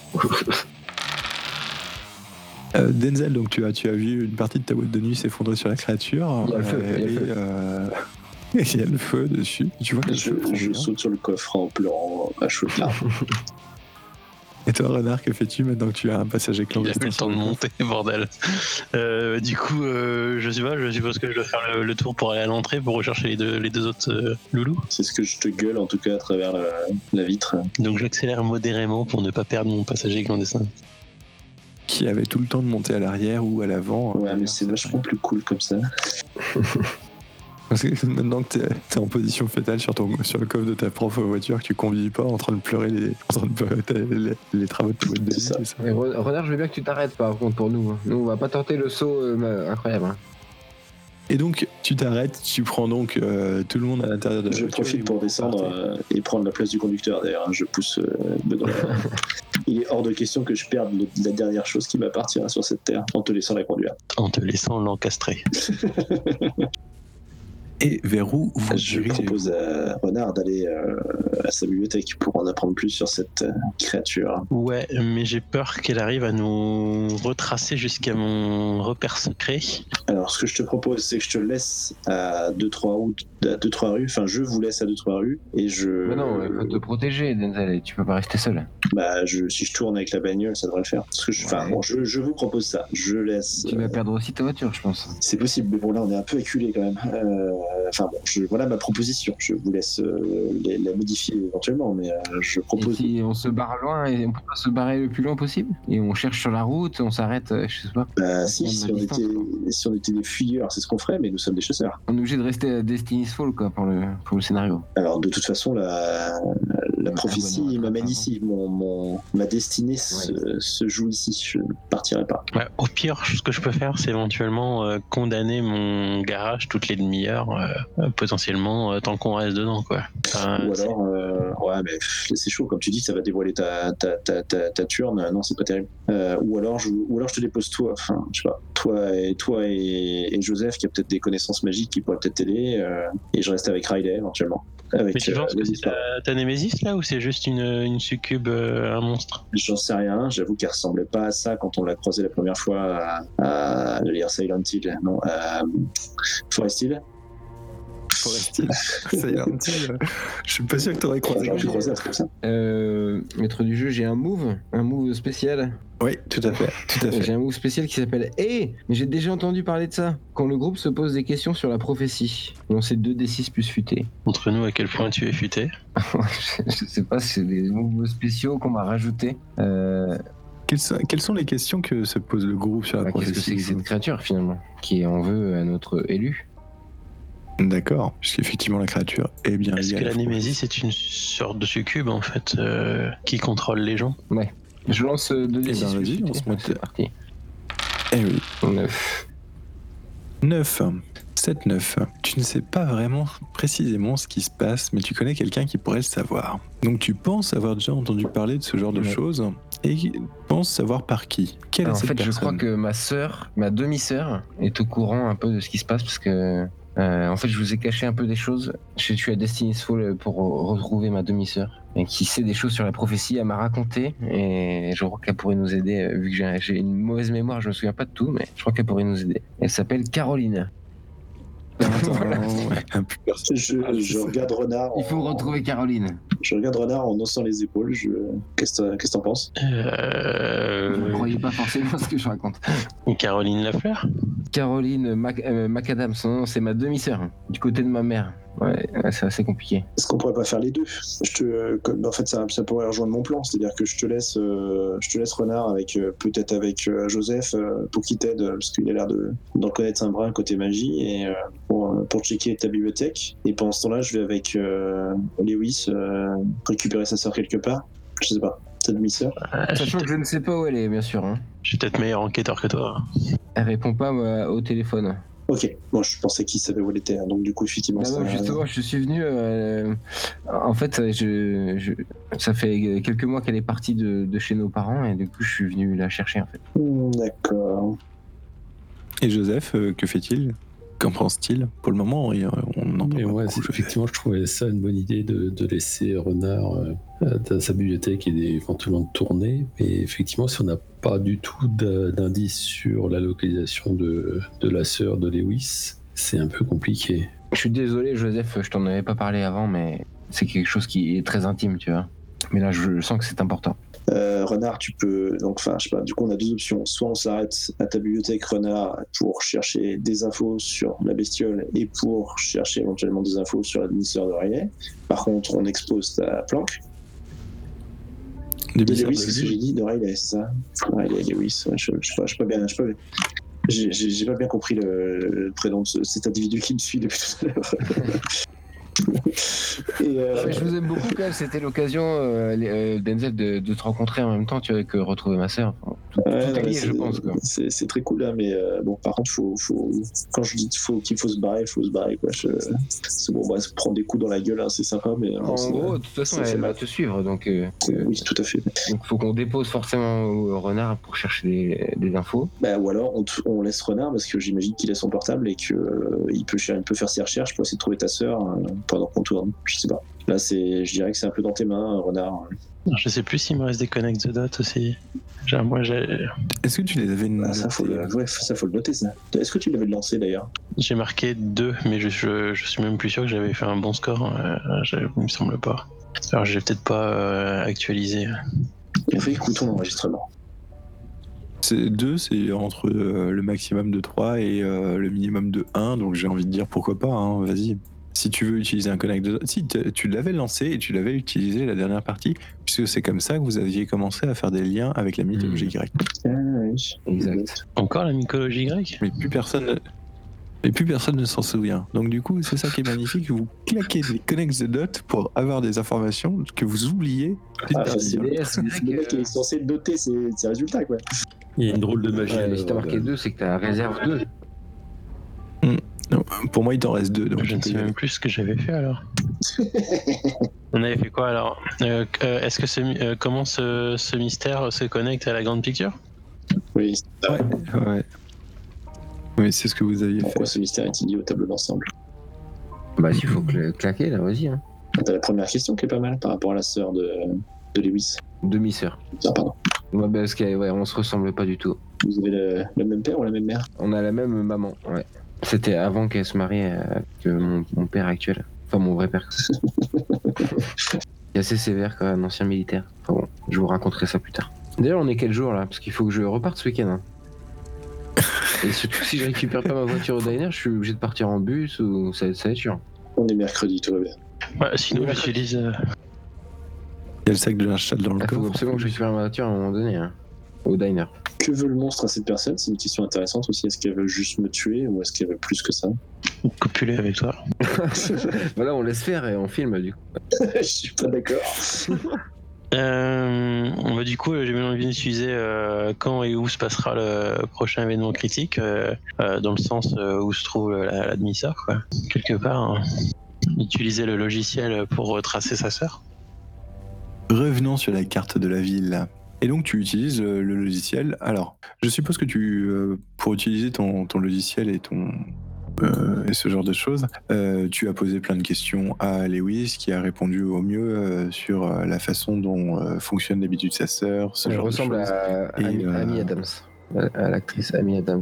A: Euh, Denzel, donc tu as, tu as vu une partie de ta boîte de nuit s'effondrer sur la créature.
B: Il y a le feu, il y a le
A: et,
B: feu.
A: euh, il y a le feu dessus. Tu vois que le
C: Je,
A: feu prend
C: je
A: bien.
C: saute sur le coffre en pleurant à cheveux plats.
A: Et toi, Renard, que fais-tu maintenant que tu as un passager
D: Il a
A: clandestin
D: plus le temps de monter, bordel. Euh, du coup, euh, je sais pas, je suppose que je dois faire le, le tour pour aller à l'entrée pour rechercher les deux, les deux autres euh, loulous.
C: C'est ce que je te gueule en tout cas à travers la, la vitre.
D: Donc j'accélère modérément pour ne pas perdre mon passager clandestin.
A: Qui avait tout le temps de monter à l'arrière ou à l'avant.
C: Ouais, mais c'est vachement plus cool comme ça.
A: Parce que maintenant que t'es, t'es en position fétale sur, ton, sur le coffre de ta propre voiture, que tu conduis pas en train de pleurer les, en train de pleurer ta- les, les travaux de ta boîte de nuit,
C: C'est ça.
A: c'est ça.
B: Et Re- Renard, je veux bien que tu t'arrêtes par contre pour nous. hein. Nous, on va pas tenter le saut euh, ma- incroyable. hein.
A: Et donc, tu t'arrêtes, tu prends donc euh, tout le monde à l'intérieur de la
C: Je
A: voiture.
C: profite
A: et
C: pour
A: vous
C: descendre
A: partez.
C: euh, et prendre la place du conducteur d'ailleurs. hein. Je pousse euh, Benoît. Il est hors de question que je perde le- la dernière chose qui m'appartient sur cette terre en te laissant la conduire.
D: En te laissant l'encastrer.
A: Et vers où vous
C: Je
A: dirigez
C: propose à Renard d'aller euh, à sa bibliothèque pour en apprendre plus sur cette euh, créature.
D: Ouais, mais j'ai peur qu'elle arrive à nous retracer jusqu'à mon repère secret.
C: Alors, ce que je te propose, c'est que je te laisse à deux trois routes, à deux trois rues. Enfin, je vous laisse à deux trois rues et je.
B: Mais non, il faut te protéger, Denzel. Tu peux pas rester seul.
C: Bah, je, si je tourne avec la bagnole, ça devrait le faire. Parce que je, enfin,
B: Ouais.
C: bon, je, je vous propose ça. Je laisse.
B: Tu vas perdre aussi ta voiture, je pense.
C: C'est possible, mais bon, là, on est un peu acculé quand même. Euh, Enfin bon, je, voilà ma proposition. Je vous laisse euh, les- la modifier éventuellement, mais euh, je
B: Et
C: propose.
B: si on se barre loin, et on peut pas se barrer le plus loin possible. Et on cherche sur la route, on s'arrête, euh, je sais pas.
C: Bah, si,
B: prendre
C: si
B: la
C: on,
B: distance,
C: était, si on était des fuyeurs, c'est ce qu'on ferait, mais nous sommes des chasseurs.
B: On est obligé de rester à Destiny's Fall, quoi, pour le, pour le scénario.
C: Alors, de toute façon, la, la
B: Ouais,
C: prophétie
B: abonnement,
C: m'amène
B: pardon.
C: ici. Mon, mon, ma destinée se, se joue ici. Je ne partirai pas.
D: Ouais, au pire, ce que je peux faire, c'est éventuellement euh, condamner mon garage toutes les demi-heures, euh, potentiellement, euh, tant qu'on reste dedans, quoi. Enfin,
C: Ou
D: c'est-
C: alors, euh, ouais, mais pff, c'est chaud, comme tu dis, ça va dévoiler ta, ta, ta, ta, ta turne. Non, c'est pas terrible. Euh, ou, alors je, ou alors je te dépose toi, enfin, je sais pas, toi et, toi et, et Joseph, qui a peut-être des connaissances magiques qui pourraient peut-être t'aider, euh, et je reste avec Riley éventuellement. Avec,
D: Mais tu
C: euh,
D: penses que
C: les
D: c'est
C: histoires.
D: ta, ta Némésis, là, ou c'est juste une, une succube, euh, un monstre?
C: J'en sais rien, j'avoue qu'elle ressemblait pas à ça quand on l'a croisée la première fois à, à, à lire Silent Hill, non, à Forest Hill.
A: Forest Hill. Silent Hill, euh, je suis pas sûr que t'aurais croisé.
C: Genre, j'ai croisé un truc comme ça.
B: Euh, maître du jeu, j'ai un move, un move spécial.
A: Oui, tout à fait, tout à fait.
B: J'ai un move spécial qui s'appelle Eh Mais j'ai déjà entendu parler de ça. Quand le groupe se pose des questions sur la prophétie, on sait deux d six plus futé.
D: Entre nous, à quel point tu es futé?
B: je, je sais pas, c'est des moves spéciaux qu'on m'a rajoutés. Euh,
A: Quelles sont, quelles sont les questions que se pose le groupe sur la
B: bah, Qu'est-ce que c'est que
A: prophétie
B: cette créature finalement qui en veut à notre élu?
A: D'accord, puisqu'effectivement la créature est bien
D: Est-ce
A: liée à
D: que la
A: prophétie.
D: Némésis est une sorte de succube, en fait, euh, qui contrôle les gens?
B: Je lance deux d
A: Eh
B: six
A: ben,
B: plus
A: vas-y,
B: futé.
A: on se met-
B: C'est parti.
A: Eh oui.
B: neuf.
A: neuf. sept neuf. Tu ne sais pas vraiment précisément ce qui se passe, mais tu connais quelqu'un qui pourrait le savoir. Donc tu penses avoir déjà entendu parler de ce genre de
B: Ouais.
A: choses et penses savoir par qui. Quelle
B: Alors,
A: est
B: en
A: cette
B: fait, je
A: personne
B: crois que ma sœur, ma demi-sœur, est au courant un peu de ce qui se passe parce que, euh, en fait, je vous ai caché un peu des choses. Je suis à Destiny's Fall pour retrouver ma demi-sœur et qui sait des choses sur la prophétie. Elle m'a raconté et je crois qu'elle pourrait nous aider. euh, Vu que j'ai j'ai une mauvaise mémoire, je me souviens pas de tout, mais je crois qu'elle pourrait nous aider. Elle s'appelle Caroline. Voilà.
A: Un peu personne.
C: Je,
A: Ah, je
C: je
A: sais.
C: regarde Renard.
B: Il faut
C: en-
B: retrouver Caroline.
C: Je regarde Renard en haussant les épaules. Je... Qu'est-ce que qu'est-ce que t'en penses?
B: Vous ne
D: Euh...
B: croyez pas forcément ce que je raconte.
D: Caroline Lafleur?
B: Caroline Mac euh, Macadam, son nom, c'est ma demi-sœur, du côté de ma mère. Ouais, ouais, c'est assez compliqué.
C: Est-ce qu'on pourrait pas faire les deux? Je te, comme- en fait, ça, ça pourrait rejoindre mon plan, c'est-à-dire que je te laisse, euh, je te laisse Renard avec euh, peut-être avec euh, Joseph euh, pour qu'il t'aide, parce qu'il a l'air de d'en connaître un brin côté magie et euh, pour, euh, pour checker ta bibliothèque. Et pendant ce temps-là, je vais avec euh, Lewis euh, récupérer sa sœur quelque part. Je sais pas, sa demi-sœur.
D: Ah, je suis
B: Sachant que je ne sais pas où elle est, bien sûr. hein.
D: je suis peut-être meilleur enquêteur que toi.
B: Elle répond pas moi, au téléphone.
C: Ok, moi je pensais qu'il savait où elle était, hein, donc du coup effectivement.
B: Ah
C: ça-
B: non, justement, je suis venu. euh, en fait, je, je- ça fait quelques mois qu'elle est partie de, de chez nos parents et du coup, je suis venu la chercher en fait.
C: Hmm, D'accord.
A: Et Joseph, euh, que fait-il? Qu'en pense-t-il? Pour le moment, il- on n'en
E: Et
A: parle
E: moi,
A: pas
E: c'est-
A: beaucoup, Joseph.
E: effectivement, je trouvais ça une bonne idée de, de laisser Renard euh, dans sa bibliothèque et éventuellement de tourner. Mais effectivement, si on n'a pas du tout d'a- d'indices sur la localisation de, de la sœur de Lewis, c'est un peu compliqué.
B: Je suis désolé, Joseph, je t'en avais pas parlé avant, mais c'est quelque chose qui est très intime, tu vois. Mais là, je sens que c'est important.
C: Euh, renard, tu peux. Donc, enfin, je sais pas, du coup, on a deux options. Soit on s'arrête à ta bibliothèque renard pour chercher des infos sur la bestiole et pour chercher éventuellement des infos sur l'administrateur de Riley. Par contre, on expose ta planque. De Lewis, c'est ce que j'ai dit, de Riley, c'est ça Riley, Lewis, ouais, je, je, sais pas, je sais pas bien, je sais pas, j'ai, j'ai, j'ai pas bien compris le, le prénom de ce, cet individu qui me suit depuis tout à l'heure.
B: Et euh... ouais, je vous aime beaucoup quand même, c'était l'occasion euh, euh, Denzel de, de te rencontrer en même temps, tu vois, que retrouver ma sœur. Enfin, tout,
C: ouais,
B: tout est lié, je pense. Quoi.
C: C'est, c'est très cool là, mais euh, bon, par contre, faut, faut, quand je dis qu'il faut, qu'il faut se barrer, il faut se barrer. Quoi. Je, c'est bon, bah, se prendre des coups dans la gueule, hein, c'est sympa, mais.
B: En c'est, gros, de toute façon, elle va te suivre, donc. Euh,
C: oui, tout à fait.
B: Donc, il faut qu'on dépose forcément au renard pour chercher des, des infos.
C: Bah, ou alors, on, on laisse renard parce que j'imagine qu'il a son portable et qu'il euh, peut, il peut faire ses recherches pour essayer de trouver ta sœur euh, pendant qu'on tourne. Je sais pas. Là, c'est, je dirais que c'est un peu dans tes mains, renard.
D: Je sais plus s'il me reste des Connect the Dot aussi. Genre, moi, j'ai...
A: Est-ce que tu les avais
C: ah, ça, faut le... Ouais, ça, faut le noter, ça. Est-ce que tu l'avais lancé, d'ailleurs?
D: J'ai marqué deux, mais je, je, je suis même plus sûr que j'avais fait un bon score. Euh, je, il me semble pas. Alors, j'ai peut-être pas euh, actualisé.
C: Il faut écouter ton enregistrement.
A: C'est deux, c'est entre euh, le maximum de trois et euh, le minimum de un, donc j'ai envie de dire pourquoi pas, hein, vas-y. Si tu veux utiliser un connect de... Si, tu l'avais lancé et tu l'avais utilisé la dernière partie, puisque c'est comme ça que vous aviez commencé à faire des liens avec la mythologie mmh. grecque.
C: Ah oui,
B: exact.
D: Encore la mythologie grecque ?
A: Mais plus personne... Et plus personne ne s'en souvient. Donc du coup, c'est ça qui est magnifique, vous claquez des connects de dot pour avoir des informations que vous oubliez.
C: Ah, c'est le mec qui est censé noter ses, ses résultats, quoi.
E: Il y a une drôle de magie.
B: Ouais, si t'as marqué deux, c'est que t'as réserve deux.
A: Mmh. Non, pour moi, il t'en reste deux. Donc
D: je ne sais même plus ce que j'avais fait alors. On avait fait quoi alors euh, euh, Est-ce que ce, euh, comment ce, ce mystère se connecte à la grande picture ?
C: Oui.
A: Ouais, ouais. Oui, c'est ce que vous aviez
C: Pourquoi
A: fait.
C: ce mystère est-il lié au tableau d'ensemble ?
B: Bah, s'il faut cl- claquer là, vas-y. Hein.
C: T'as la première question qui est pas mal par rapport à la sœur de, de Lewis.
B: Demi-sœur.
C: Ah, pardon.
B: Ouais, parce qu'on ouais, on se ressemble pas du tout.
C: Vous avez le, le même père ou la même mère ?
B: On a la même maman, ouais. C'était avant qu'elle se marie avec mon, mon père actuel. Enfin, mon vrai père. C'est assez sévère quand même, un ancien militaire. Enfin bon, je vous raconterai ça plus tard. D'ailleurs, on est quel jour là ? Parce qu'il faut que je reparte ce week-end. Hein. Et surtout, si je récupère pas ma voiture au diner, je suis obligé de partir en bus ou ça, ça va être sûr.
C: On est mercredi, tout va bien.
D: Ouais, sinon, j'utilise. Euh...
A: Il y a le sac de l'install dans le
B: ah,
A: coffre.
B: Il faut absolument que je récupère ma voiture à un moment donné, hein, au diner.
C: Que veut le monstre à cette personne ? C'est une question intéressante aussi. Est-ce qu'elle veut juste me tuer ou est-ce qu'elle veut plus que ça ?
D: Copuler avec toi.
B: Voilà, on laisse faire et on filme du coup.
C: Je suis pas d'accord.
D: Euh, bah, du coup, j'ai bien envie d'utiliser euh, quand et où se passera le prochain événement critique, euh, euh, dans le sens euh, où se trouve la, l'admisseur, quoi. Quelque part, hein. Utiliser le logiciel pour retracer sa sœur.
A: Revenons sur la carte de la ville. Et donc tu utilises euh, le logiciel. Alors, je suppose que tu, euh, pour utiliser ton, ton logiciel et ton euh, et ce genre de choses, euh, tu as posé plein de questions à Lewis, qui a répondu au mieux euh, sur euh, la façon dont euh, fonctionne d'habitude sa sœur, ce
B: Elle
A: genre
B: ressemble
A: de choses.
B: à, à Amy,
A: euh...
B: Amy Adams, à l'actrice Amy Adams.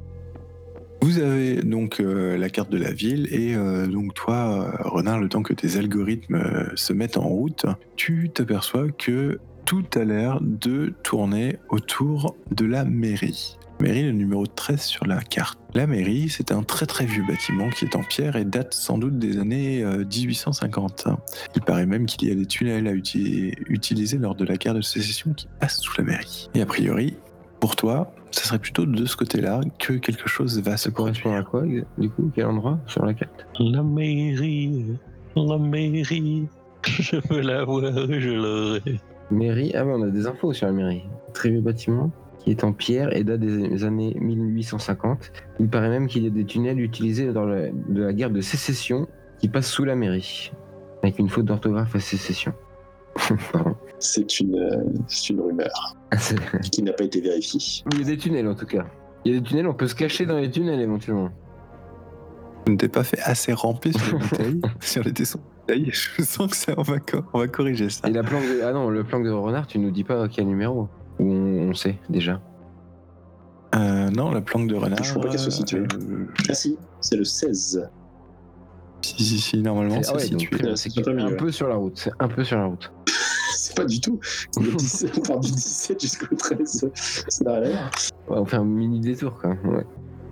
A: Vous avez donc euh, la carte de la ville et euh, donc toi, euh, Renard, le temps que tes algorithmes euh, se mettent en route, tu t'aperçois que tout a l'air de tourner autour de la mairie. Mairie, le numéro treize sur la carte. La mairie, c'est un très très vieux bâtiment qui est en pierre et date sans doute des années euh, dix-huit cent cinquante. Il paraît même qu'il y a des tunnels à uti- utiliser lors de la guerre de sécession qui passent sous la mairie. Et a priori, pour toi, ça serait plutôt de ce côté-là que quelque chose va se
B: correspondre à quoi, du coup, quel endroit sur la carte ?
D: La mairie, la mairie, je veux la voir, je l'aurai.
B: Mairie, ah ouais, on a des infos sur la mairie. Très vieux bâtiment qui est en pierre et date des années mille huit cent cinquante. Il paraît même qu'il y a des tunnels utilisés dans la, de la guerre de sécession qui passent sous la mairie, avec une faute d'orthographe à sécession. Pardon.
C: C'est une, euh, c'est une rumeur qui n'a pas été vérifiée.
B: Il y a des tunnels en tout cas. Il y a des tunnels, on peut se cacher dans les tunnels éventuellement.
A: Je ne t'ai pas fait assez ramper sur les bouteilles, sur les tessons de bouteilles. Je sens que ça, on va, co- on va corriger ça.
B: Et la planque de... Ah non, le planque de renard, tu nous dis pas quel numéro. Ou on, on sait déjà.
A: Euh, non, la planque de renard.
C: Je ne sais pas qu'elle soit située.
A: euh,
C: Ah si, c'est le seize.
A: Si, si, si, normalement,
B: C'est-
A: c'est
B: ah ouais,
A: situé.
B: donc, euh,
C: c'est
B: c'est
C: pas
B: un
C: mieux.
B: peu sur la route. C'est un peu sur la route.
C: Pas du tout. Le dix-sept, on part du dix-sept jusqu'au treize. Ça n'a rien.
B: Ouais, on fait un mini détour, quoi. Ouais.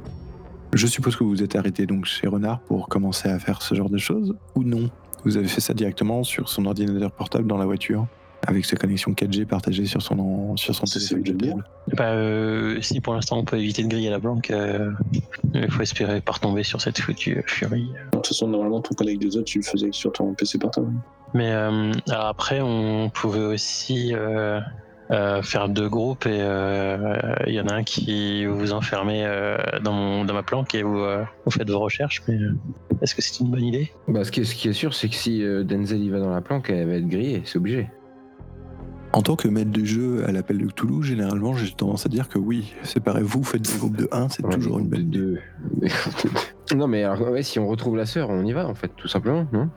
A: Je suppose que vous vous êtes arrêté donc chez Renard pour commencer à faire ce genre de choses, ou non? Vous avez fait ça directement sur son ordinateur portable dans la voiture, avec sa connexion quatre G partagée sur son, sur son
C: C'est
A: téléphone
C: ce que je veux
A: portable.
D: Bah, euh, si pour l'instant on peut éviter de griller la planque, euh, il faut espérer pas retomber sur cette foutue furie.
C: De toute façon, normalement, ton connect des autres, tu le faisais sur ton P C portable.
D: Mais euh, alors après, on pouvait aussi euh, euh, faire deux groupes et il euh, y en a un qui vous enfermez euh, dans, mon, dans ma planque et vous, euh, vous faites vos recherches. Mais euh, est-ce que c'est une bonne idée?
B: Bah, ce qui est, ce qui est sûr, c'est que si euh, Denzel y va dans la planque, elle va être grillée, c'est obligé.
A: En tant que maître de jeu à l'appel de Cthulhu, généralement, j'ai tendance à dire que oui, séparez-vous, faites des groupes de un, c'est
B: Ouais,
A: toujours une bonne idée.
B: de deux. Non, mais alors, ouais, si on retrouve la sœur, on y va, en fait, tout simplement, non?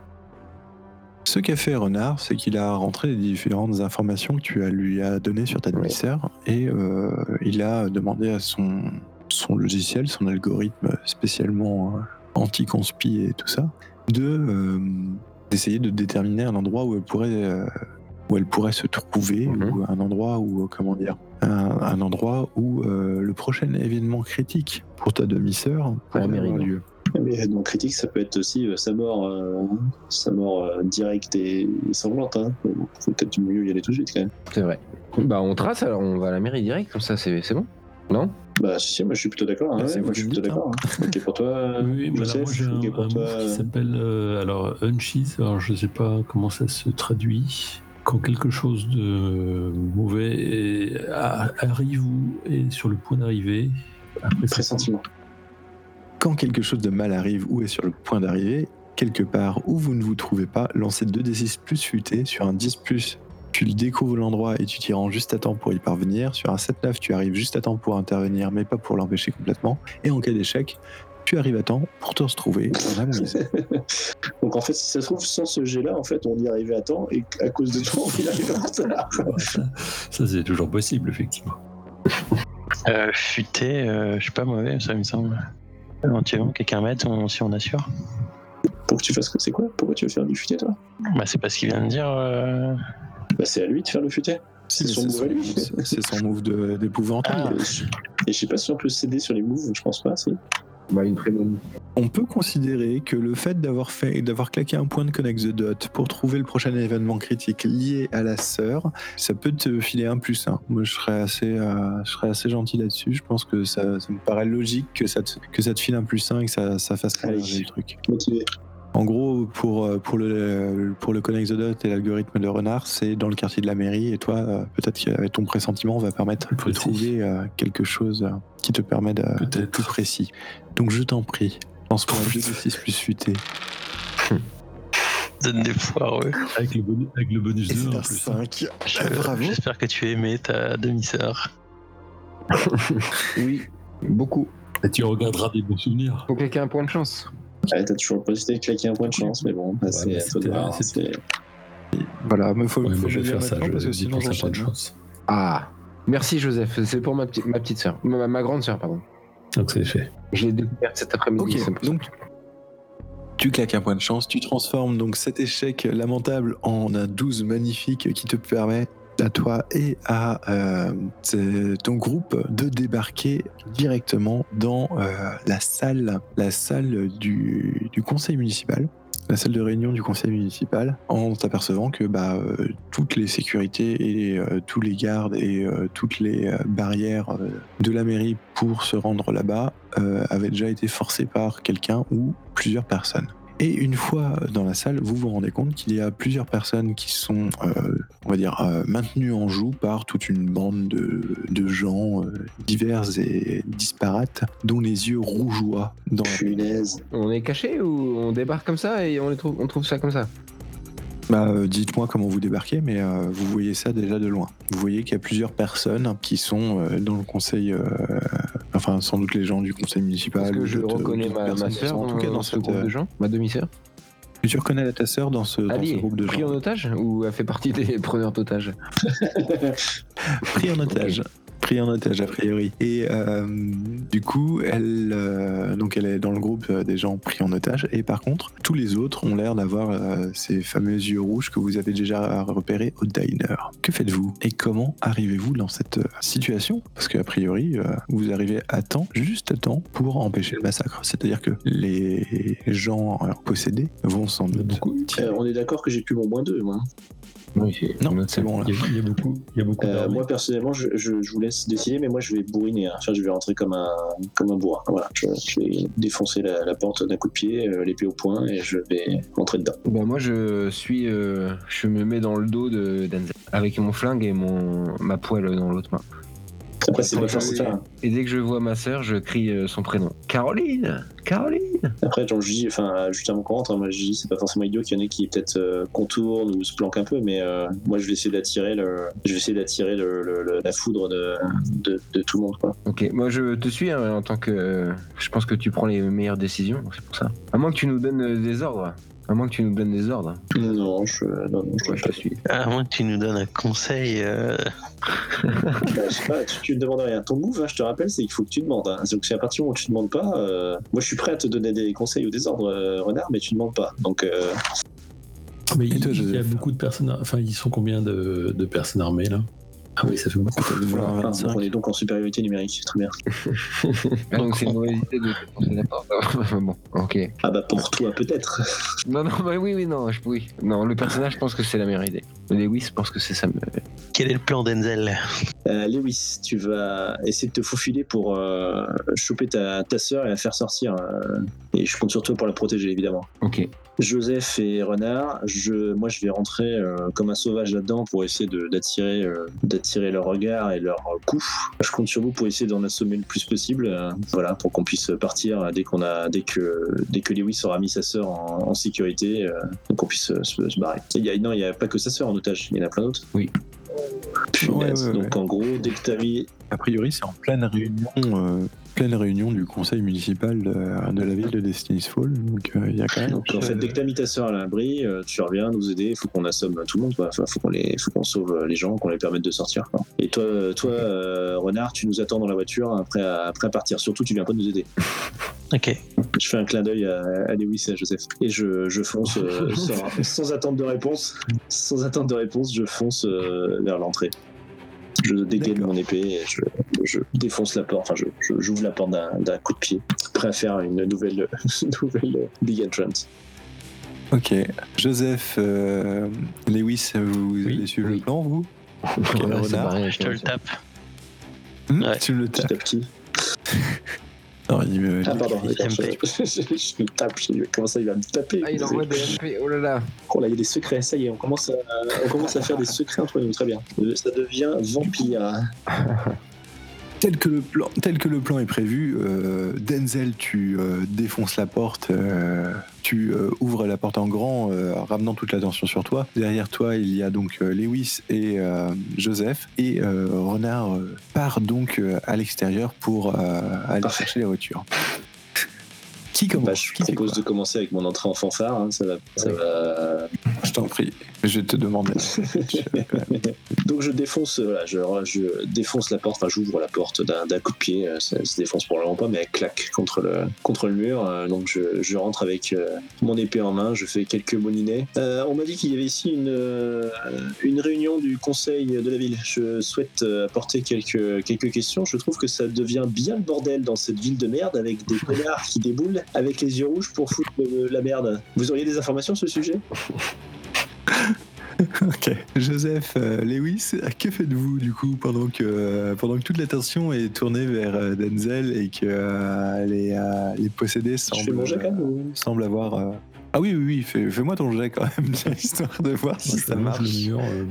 A: Ce qu'a fait Renard, c'est qu'il a rentré les différentes informations que tu as, lui as données sur ta
B: Ouais.
A: demi-sœur et euh, il a demandé à son, son logiciel, son algorithme spécialement euh, anti-conspi et tout ça, de, euh, d'essayer de déterminer un endroit où elle pourrait, euh, où elle pourrait se trouver,
B: Mhm.
A: ou un endroit où, euh, comment dire, un, un endroit où euh, le prochain événement critique pour ta demi-sœur pourrait
B: mairie,
A: avoir
B: non.
A: lieu.
C: Mais donc critique, ça peut être aussi euh, sa mort, euh, sa mort euh, directe et, et sanglante. Hein. Faut peut-être mieux y aller tout de suite quand même.
B: C'est vrai. Bah, on trace, alors on va à la mairie direct, comme ça, c'est c'est bon? Non?
C: Bah si, si, moi je suis plutôt d'accord. Hein.
A: Bah,
C: Ouais,
A: c'est
C: moi
A: vous
C: je suis
A: qui
C: plutôt
A: dites,
C: d'accord. Hein. Ok pour toi,
E: Oui, mais alors
C: Joseph.
E: moi j'ai un,
C: Ok pour
E: un
C: toi.
E: mot qui s'appelle euh, alors Hunchies, alors je sais pas comment ça se traduit. Quand quelque chose de mauvais est- a- arrive ou est sur le point d'arriver, après ça
C: Pressentiment.
A: Quand quelque chose de mal arrive ou est sur le point d'arriver, quelque part où vous ne vous trouvez pas, lancez deux D six plus futé. Sur un dix plus, tu découvres l'endroit et tu t'y rends juste à temps pour y parvenir. Sur un sept neuf, tu arrives juste à temps pour intervenir, mais pas pour l'empêcher complètement. Et en cas d'échec, tu arrives à temps pour te retrouver dans la maison.
C: Donc en fait, si ça se trouve, sans ce jet-là, en fait, on y arrivait à temps et à cause de toi, on y arrive en retard.
E: Ouais, ça, ça, c'est toujours possible, effectivement.
D: Euh, futé, euh, je suis pas mauvais, ça il me semble. Éventuellement, quelqu'un m'aide on- si on assure.
C: Pour que tu fasses, c'est quoi? Pourquoi tu veux faire du futé, toi?
D: Bah, c'est pas ce qu'il vient de dire. euh.
C: Bah c'est à lui de faire le futé. C'est son move à lui.
A: c'est- c'est son move de- d'épouvantail.
D: Ah.
C: Et je- Et je sais pas si on peut céder sur les moves, je pense pas, si.
B: Bah, une très bonne.
A: On peut considérer que le fait d'avoir fait, d'avoir claqué un point de Connect the Dot pour trouver le prochain événement critique lié à la sœur, ça peut te filer un plus un. Moi, je serais assez, euh, je serais assez gentil là-dessus. Je pense que ça, ça me paraît logique que ça te, que ça te file un plus un et que ça, ça fasse
C: Allez.
A: converger le truc.
C: Motivé.
A: En gros, pour, euh, pour, le, pour le Connect the Dot et l'algorithme de Renard, c'est dans le quartier de la mairie. Et toi, euh, peut-être qu'avec ton pressentiment, va permettre
E: Plus
A: de
E: précis.
A: trouver euh, quelque chose euh, qui te permet de- d'être
E: Peut-être.
A: plus précis. Donc, je t'en prie, lance-moi un deux D six plus futé.
D: Donne des foireux.
E: Avec le bonus, avec le bonus
A: Et
E: deux
A: c'est
E: en
A: un
E: plus.
A: cinq.
D: Je-
A: Bravo.
D: J'espère que tu aimais ta demi-sœur.
B: Oui, beaucoup.
E: Et tu regarderas des bons souvenirs.
B: Faut claquer un point de chance.
C: Ouais, t'as toujours pas hésité de claquer un point de chance, mais bon, bah,
E: Ouais,
C: c'est
E: mais
C: à toi de
E: c'était-
C: voir.
E: c'était-
C: c'est-
A: Voilà, mais faut,
E: Ouais,
A: faut
E: moi je
A: me
E: vais
A: dire
E: faire ça,
A: maintenant parce
E: je
A: que
E: dis
A: sinon
E: pour ça pas
A: j'enchaîne.
E: de chance.
B: Ah, merci Joseph, c'est pour ma, petite- ma petite sœur, ma, ma grande sœur, pardon.
E: Donc c'est fait.
B: Je l'ai découverte cet après-midi. c'est
A: Ok,
B: pour ça.
A: donc tu claques un point de chance, tu transformes donc cet échec lamentable en un douze magnifique qui te permet à toi et à euh, t- ton groupe de débarquer directement dans euh, la salle, la salle du, du conseil municipal. La salle de réunion du conseil municipal, en t'apercevant que bah, euh, toutes les sécurités et euh, tous les gardes et euh, toutes les euh, barrières euh, de la mairie pour se rendre là-bas euh, avaient déjà été forcées par quelqu'un ou plusieurs personnes. Et une fois dans la salle, vous vous rendez compte qu'il y a plusieurs personnes qui sont, euh, on va dire, euh, maintenues en joue par toute une bande de, de gens euh, divers et disparates, dont les yeux rougeoient dans la
C: Punaise.
B: On est caché ou on débarque comme ça et on, les trouve, on trouve ça comme ça?
A: Bah, euh, dites-moi comment vous débarquez, mais euh, vous voyez ça déjà de loin. Vous voyez qu'il y a plusieurs personnes qui sont euh, dans le conseil, euh, enfin sans doute les gens du conseil municipal.
B: Est-ce que
A: ou
B: je
A: d'autres-
B: reconnais
A: d'autres
B: ma,
A: personnes
B: ma
A: qui sont
B: sœur
A: en tout cas dans
B: ce
A: cette,
B: groupe
A: euh,
B: de gens? Ma demi-sœur?
A: et tu reconnais ta sœur dans ce, dans ce
B: Alliée,
A: groupe de
B: pris
A: gens.
B: en otage ou elle fait partie des preneurs d'otages?
A: Pris en otage. Pris en otage a priori. Et euh, du coup, elle, euh, donc elle est dans le groupe des gens pris en otage. Et par contre, tous les autres ont l'air d'avoir euh, ces fameux yeux rouges que vous avez déjà repérés au diner. Que faites-vous et comment arrivez-vous dans cette euh, situation? Parce qu'a priori, euh, vous arrivez à temps, juste à temps, pour empêcher le massacre. C'est-à-dire que les gens euh, possédés vont sans doute
E: Beaucoup.
A: tirer.
C: Euh, on est d'accord que j'ai plus mon moins deux, moi.
B: Oui, c'est-
A: Non,
B: notre-
A: c'est bon là.
E: Il y, a, il y a beaucoup, il y a beaucoup
C: Euh,
E: d'armées.
C: moi personnellement, je, je, je vous laisse décider, mais moi je vais bourriner. Hein. Enfin, je vais rentrer comme un comme un bourrin. Voilà, je, je vais défoncer la, la porte d'un coup de pied, euh, l'épée au poing, et je vais rentrer dedans.
B: Ben moi je suis, euh, je me mets dans le dos de Denzel avec mon flingue et mon ma poêle dans l'autre main.
C: Après, c'est
B: Quand
C: pas
B: je-
C: forcément.
B: Et dès que je vois ma sœur, je crie euh, son prénom. Caroline, Caroline.
C: Après, genre, je dis, enfin, juste avant qu'on rentre, hein, moi je dis, c'est pas forcément idiot qu'il y en ait qui peut-être euh, contournent ou se planquent un peu, mais euh, moi je vais essayer d'attirer le, je vais essayer d'attirer le, le- le- la foudre de, de, de tout le monde, quoi.
B: Ok, moi je te suis hein, en tant que, euh, je pense que tu prends les meilleures décisions, c'est pour ça. À moins que tu nous donnes euh, des ordres. À moins que tu nous donnes des ordres.
C: Non, je, non, non, je,
B: Ouais, je te suis.
D: À moins que tu nous donnes un conseil. euh,
C: Bah, je sais pas, tu, tu ne demandes rien. Ton move, hein, je te rappelle, c'est qu'il faut que tu demandes. Hein. Donc, c'est à partir du moment où tu ne demandes pas, euh, moi je suis prêt à te donner des conseils ou des ordres, euh, renard, mais tu ne demandes pas. Donc, euh,
E: Mais
A: Et
E: il,
A: toi,
E: il y a
A: Joseph?
E: beaucoup de personnes. Enfin, ils sont combien de, de personnes armées là? Ah oui, ça fait beaucoup.
A: Ça devrait avoir
C: ah,
A: vingt-cinq.
C: on est donc en supériorité numérique, très bien.
B: Ah, donc c'est une mauvaise idée de penser la porte. Bon, ok.
C: Ah bah pour toi peut-être.
B: Non, non, bah oui, oui, non, je, oui. Non, le personnage, je pense que c'est la meilleure idée. Lewis, je pense que c'est ça.
D: Quel est le plan d'Enzel?
C: Euh, Lewis, tu vas essayer de te faufiler pour euh, choper ta, ta sœur et la faire sortir. euh, et je compte sur toi pour la protéger, évidemment.
B: Ok.
C: Joseph et Renard, je, moi je vais rentrer euh, comme un sauvage là-dedans pour essayer de- d'attirer euh, d'attirer leur regard et leur coup. Je compte sur vous pour essayer d'en assommer le plus possible, euh, voilà, pour qu'on puisse partir dès qu'on a dès que dès que Lewis aura mis sa sœur en, en sécurité, euh, qu'on puisse euh, se, se barrer. Il y a, non, il n'y a pas que sa sœur en otage, il y en a plein d'autres.
B: Oui.
C: Punaise.
A: Ouais, ouais,
C: Donc en gros, dès que t'as mis
A: A priori, c'est en pleine réunion, euh, pleine réunion du conseil municipal de, de la ville de Destiny's Fall. Donc, euh, il y a quand même.
C: Donc en fait, dès que t'as mis ta sœur à l'abri, euh, tu reviens nous aider. Il faut qu'on assomme tout le monde, quoi. Enfin, faut qu'on les, faut qu'on sauve les gens, qu'on les permette de sortir, quoi. Et toi, euh, toi, euh, Renard, tu nous attends dans la voiture après à, après à partir. Surtout, tu viens pas nous aider.
D: Ok.
C: Je fais un clin d'œil à, à Lewis et à Joseph et je, je fonce euh, sans, sans attendre de réponse. Sans attendre de réponse, je fonce euh, vers l'entrée. Je dégaine
A: D'accord.
C: mon épée et je, je défonce la porte. Enfin, je, je- j'ouvre la porte d'un, d'un coup de pied, prêt à faire une nouvelle, une nouvelle big entrance.
A: Ok. Joseph, euh, Lewis, vous
E: Oui,
A: avez suivi
B: oui.
A: le plan, vous
B: On va
A: Renard.
B: se barrer,
D: Je te le tape.
A: Hmm,
D: Ouais.
A: Tu me le
C: Petit
A: tapes.
C: à petit.
A: Non, il me.
C: Ah, pardon, d'accord, je,
D: M P.
C: je, je, je le tape. Je- comment ça, il va me taper?
B: Ah, il envoie des M P, oh là là.
C: Oh là, il y a des secrets, ça y est, on commence à, on commence à faire des secrets entre nous, très bien. Ça devient vampire.
A: Tel que le plan, tel que le plan est prévu, euh, Denzel, tu euh, défonces la porte, euh, tu euh, ouvres la porte en grand, euh, ramenant toute l'attention sur toi. Derrière toi, il y a donc euh, Lewis et euh, Joseph, et euh, Renard euh, part donc euh, à l'extérieur pour euh, aller
C: Parfait.
A: chercher les voitures. Qui commence
C: Bah, je
A: Qui fait
C: propose
A: quoi
C: de commencer avec mon entrée en fanfare, hein, ça va. Ça
B: Oui.
C: va...
A: Je t'en prie, je te demande.
C: Donc je défonce, euh, voilà, je, je défonce la porte, enfin j'ouvre la porte d'un, d'un coup de pied, euh, ça se défonce probablement pas, mais elle claque contre le, contre le mur, euh, donc je, je rentre avec euh, mon épée en main, je fais quelques moulinets. Euh, on m'a dit qu'il y avait ici une, euh, une réunion du conseil de la ville, je souhaite euh, apporter quelques, quelques questions, je trouve que ça devient bien le bordel dans cette ville de merde, avec des connards qui déboulent avec les yeux rouges pour foutre de la merde. Vous auriez des informations sur ce sujet?
A: Ok. Joseph, euh, Lewis, que faites-vous du coup pendant que, euh, pendant que toute l'attention est tournée vers euh, Denzel et que euh, les, euh, les possédés
C: Je fais
A: semblent,
C: mon jet quand même
A: euh,
C: ou...
A: semblent avoir. euh, Ah oui, oui, oui, fais, fais-moi ton jet quand même, histoire de voir si
E: Moi, je
A: ça
E: longe
A: marche.
E: le mur. euh.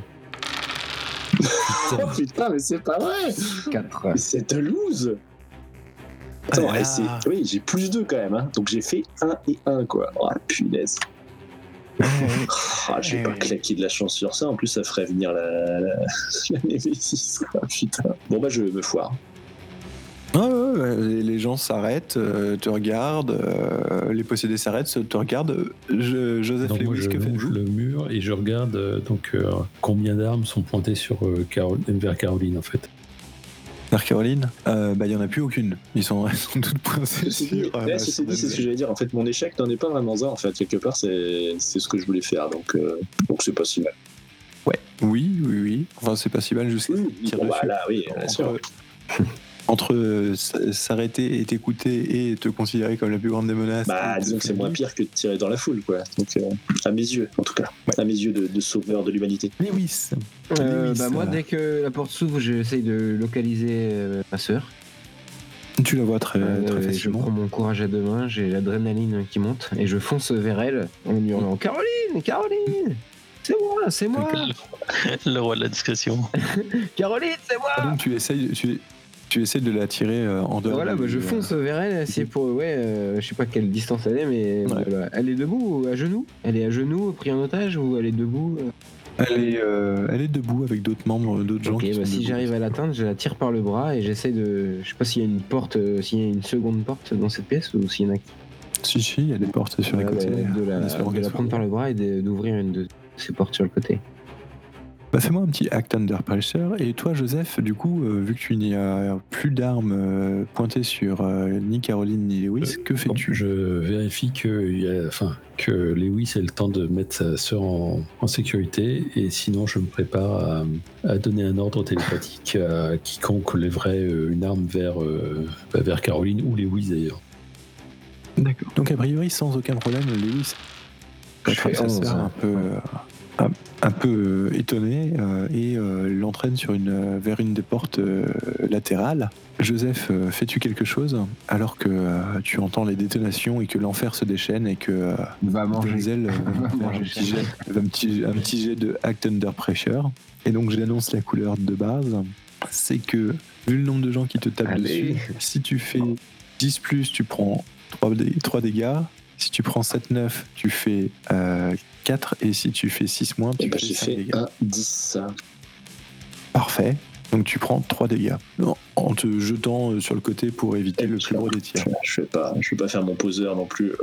C: Oh putain, mais c'est pas vrai!
B: quatre.
C: Mais c'est de loose! Attends,
A: Ah là.
C: et c'est... oui, j'ai plus deux quand même, hein. Donc j'ai fait un et un quoi. Oh punaise. Ah, j'ai
D: Eh
C: pas
D: oui.
C: claqué de la chance sur ça, en plus ça ferait venir la, la, la Némésis, quoi, putain. Bon bah je me foire.
A: Ah ouais, ouais, les, les gens s'arrêtent, euh, te regardent, euh, les possédés s'arrêtent, se- te regardent. Je- Joseph
E: Donc moi,
A: Lewis,
E: je
A: que
E: longe
A: faites-vous
E: le mur et je regarde euh, donc euh, combien d'armes sont pointées sur euh, Carol- vers Caroline en fait.
A: Vers Caroline, euh, bah il y en a plus aucune. Ils sont, elles sont toutes pointées
C: Ceci dit,
A: sur. euh,
C: ouais, ceci
A: sur
C: dit, c'est ce que
A: Denzel.
C: j'allais dire. En fait, mon échec n'en est pas vraiment un. En fait, quelque part, c'est c'est ce que je voulais faire. Donc, euh, donc c'est pas si mal.
A: Ouais. Oui, oui, oui. Enfin, c'est pas si mal jusqu'à
C: Oui,
A: tirer
C: bon, bah,
A: dessus.
C: là, oui, bien sûr.
A: Entre, entre euh, s- s'arrêter et t'écouter et te considérer comme la plus grande des menaces.
C: Bah,
A: et te
C: disons que c'est moins
A: flinguer.
C: pire que de tirer dans la foule, quoi. Donc, euh, à mes yeux, en tout cas.
A: Ouais.
C: À mes yeux de, de sauveur de l'humanité.
A: Lewis.
B: Euh,
A: Lewis,
B: bah moi,
A: euh,
B: dès que la porte s'ouvre, j'essaye de localiser euh, ma sœur.
A: Tu la vois très,
B: Euh,
A: très
B: je
A: facilement.
B: prends mon courage à deux mains, j'ai l'adrénaline qui monte et je fonce vers elle en lui hurlant Caroline, Caroline, c'est moi, c'est moi,
D: Le roi de la discrétion.
B: Caroline, c'est moi.
A: Ah, donc tu essayes, tu, tu essayes de la tirer euh, en dehors.
B: Voilà,
A: du-
B: bah, je fonce vers elle, c'est pour ouais, euh, je sais pas quelle distance elle est, mais
A: Ouais.
B: voilà. Elle est debout ou à genoux Elle est à genoux, prise en otage ou elle est debout euh
A: Elle est, euh, elle est debout avec d'autres membres, d'autres gens
B: Ok,
A: qui
B: bah
A: sont
B: si
A: debout.
B: j'arrive à l'atteindre, je la tire par le bras et j'essaie de, je sais pas s'il y a une porte, euh, s'il y a une seconde porte dans cette pièce ou s'il y en a qui.
A: Si, si, il y a des portes sur
B: Voilà,
A: les côtés.
B: bah, de la,
A: en espérant
B: de
A: qu'elles
B: la
A: soient
B: prendre par
A: ouvertes.
B: le bras et de- d'ouvrir une de ces portes sur le côté.
A: Bah, fais-moi un petit act under pressure. Et toi, Joseph, du coup, euh, vu que tu n'y as plus d'armes euh, pointées sur euh, ni Caroline ni Lewis, que fais-tu?
E: Je vérifie que, il y a, enfin, que Lewis a le temps de mettre sa sœur en, en sécurité, et sinon je me prépare à, à donner un ordre télépathique à quiconque lèverait euh, une arme vers, euh, bah, vers Caroline ou Lewis d'ailleurs.
A: D'accord. Donc, a priori, sans aucun problème, Lewis
B: Je
A: attrape
B: fais
A: sa
B: onze,
A: sœur
B: hein.
A: un peu, euh, un, un peu euh, étonné euh, et euh, l'entraîne sur une, euh, vers une des portes euh, latérales. Joseph, euh, fais-tu quelque chose alors que euh, tu entends les détonations et que l'enfer se déchaîne et que euh,
B: Va manger.
A: Denzel euh, va
B: Va
A: faire
B: manger
A: un petit,
B: cher.
A: jet, un, petit, un petit jet de Act Under Pressure. Et donc j'annonce la couleur de base. C'est que, vu le nombre de gens qui te tapent
B: Allez.
A: dessus, si tu fais dix plus, tu prends trois dégâts. Si tu prends sept neuf, tu fais euh, quatre. Et si tu fais six moins,
C: Et
A: tu
C: bah,
A: fais
C: j'ai
A: cinq
C: fait
A: dégâts.
C: un dix.
A: Parfait. Donc tu prends trois dégâts. En- En te jetant euh, sur le côté pour éviter le plus gros des tirs.
C: Je vais pas, je vais pas faire mon poseur non plus.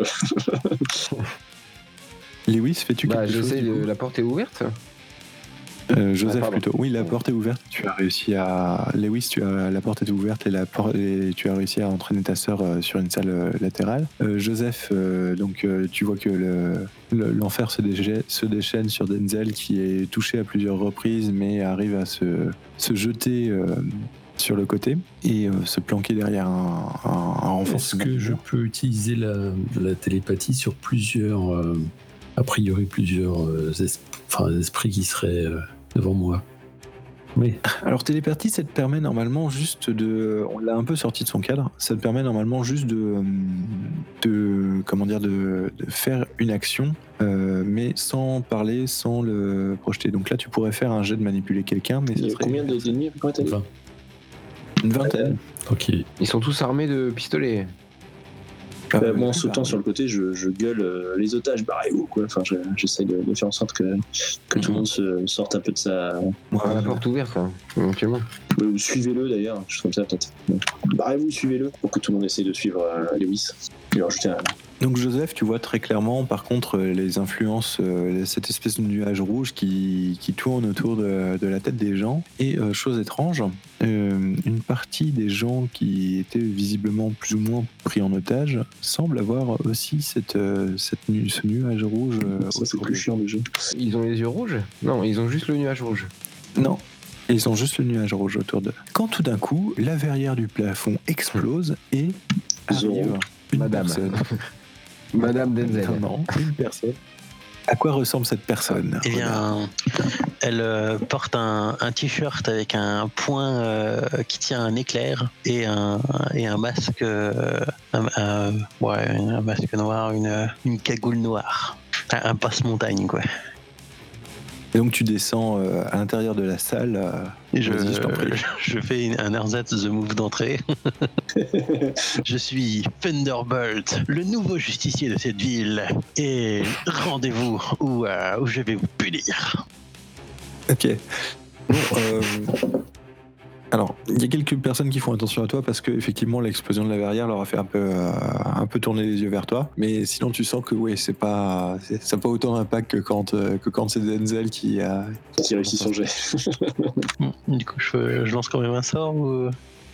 A: Lewis, fais-tu
B: Bah,
A: quelque chose
B: j'essaie
A: du
B: de.
A: coup
B: La porte est ouverte.
A: Euh, Joseph
B: Ah, pardon.
A: plutôt. Oui, la porte est ouverte. Tu as réussi à. Lewis, tu as la porte est ouverte et, la por- et tu as réussi à entraîner ta sœur euh, sur une salle euh, latérale. Euh, Joseph, euh, donc euh, tu vois que le, le- l'enfer se, décha- se déchaîne sur Denzel qui est touché à plusieurs reprises mais arrive à se, se jeter euh, sur le côté et euh, se planquer derrière un, un, un renforcement.
E: Est-ce que je peux utiliser la, la télépathie sur plusieurs, euh, a priori plusieurs euh, es- enfin, esprits qui seraient euh, devant moi? Oui.
A: Alors télépathie, ça te permet normalement juste de, on l'a un peu sorti de son cadre, ça te permet normalement juste de, de comment dire, de, de faire une action, euh, mais sans parler, sans le projeter. Donc là, tu pourrais faire un jet de manipuler quelqu'un, mais
C: Il
A: ça
C: y a
A: serait
C: combien de- d'ennemis Comment t'as dit
E: vingt.
A: une vingtaine.
E: Ok.
B: Ils sont tous armés de pistolets.
A: Ah,
C: Bah,
A: ouais,
C: moi, en
A: plus
C: sautant
A: pareil.
C: sur le côté, je, je gueule euh, les otages, barrez-vous quoi. Enfin, je- j'essaie de, de faire en sorte que, que tout le monde se sorte un peu de sa.
A: Ouais,
B: La porte ouverte, hein, éventuellement.
C: Ou suivez-le d'ailleurs, je trouve ça peut-être. Donc, barrez-vous, suivez-le, pour que tout le monde essaye de suivre euh, Lewis. Et alors, jeter un-
A: Donc Joseph, tu vois très clairement par contre euh, les influences, euh, cette espèce de nuage rouge qui, qui tourne autour de, de la tête des gens. Et euh, chose étrange, euh, une partie des gens qui étaient visiblement plus ou moins pris en otage semble avoir aussi cette, euh, cette nu- ce nuage rouge. euh,
C: Ça, c'est
A: autour
C: plus
A: d'eux.
C: chiant le jeu.
B: Ils ont les yeux rouges Non, ils ont juste le nuage rouge.
A: Non. Ils ont juste le nuage rouge autour d'eux. Quand tout d'un coup, la verrière du plafond explose et
C: Zoro.
A: arrive une
B: Madame.
A: personne.
B: Madame Denzel.
A: Non, non, une personne. À quoi ressemble cette personne
D: Eh bien, elle euh, porte un, un t-shirt avec un point euh, qui tient un éclair et un, et un masque, euh, un, un- ouais, un masque noir, une, une cagoule noire, un, un passe-montagne quoi.
A: Et donc tu descends euh, à l'intérieur de la salle. euh,
D: Et je,
A: Vas-y, je t'en prie.
D: je fais une- un ersatz the move d'entrée. Je suis Thunderbolt, le nouveau justicier de cette ville. Et rendez-vous où, euh, où je vais vous punir.
A: Ok. Bon, euh, alors, il y a quelques personnes qui font attention à toi parce que effectivement l'explosion de la verrière leur a fait un peu, euh, un peu tourner les yeux vers toi. Mais sinon, tu sens que ouais, c'est pas, c'est- ça n'a pas autant d'impact que quand, euh, que quand c'est Denzel qui a.
C: Qui réussit son jet.
D: Du coup, je, je lance quand même un sort ou...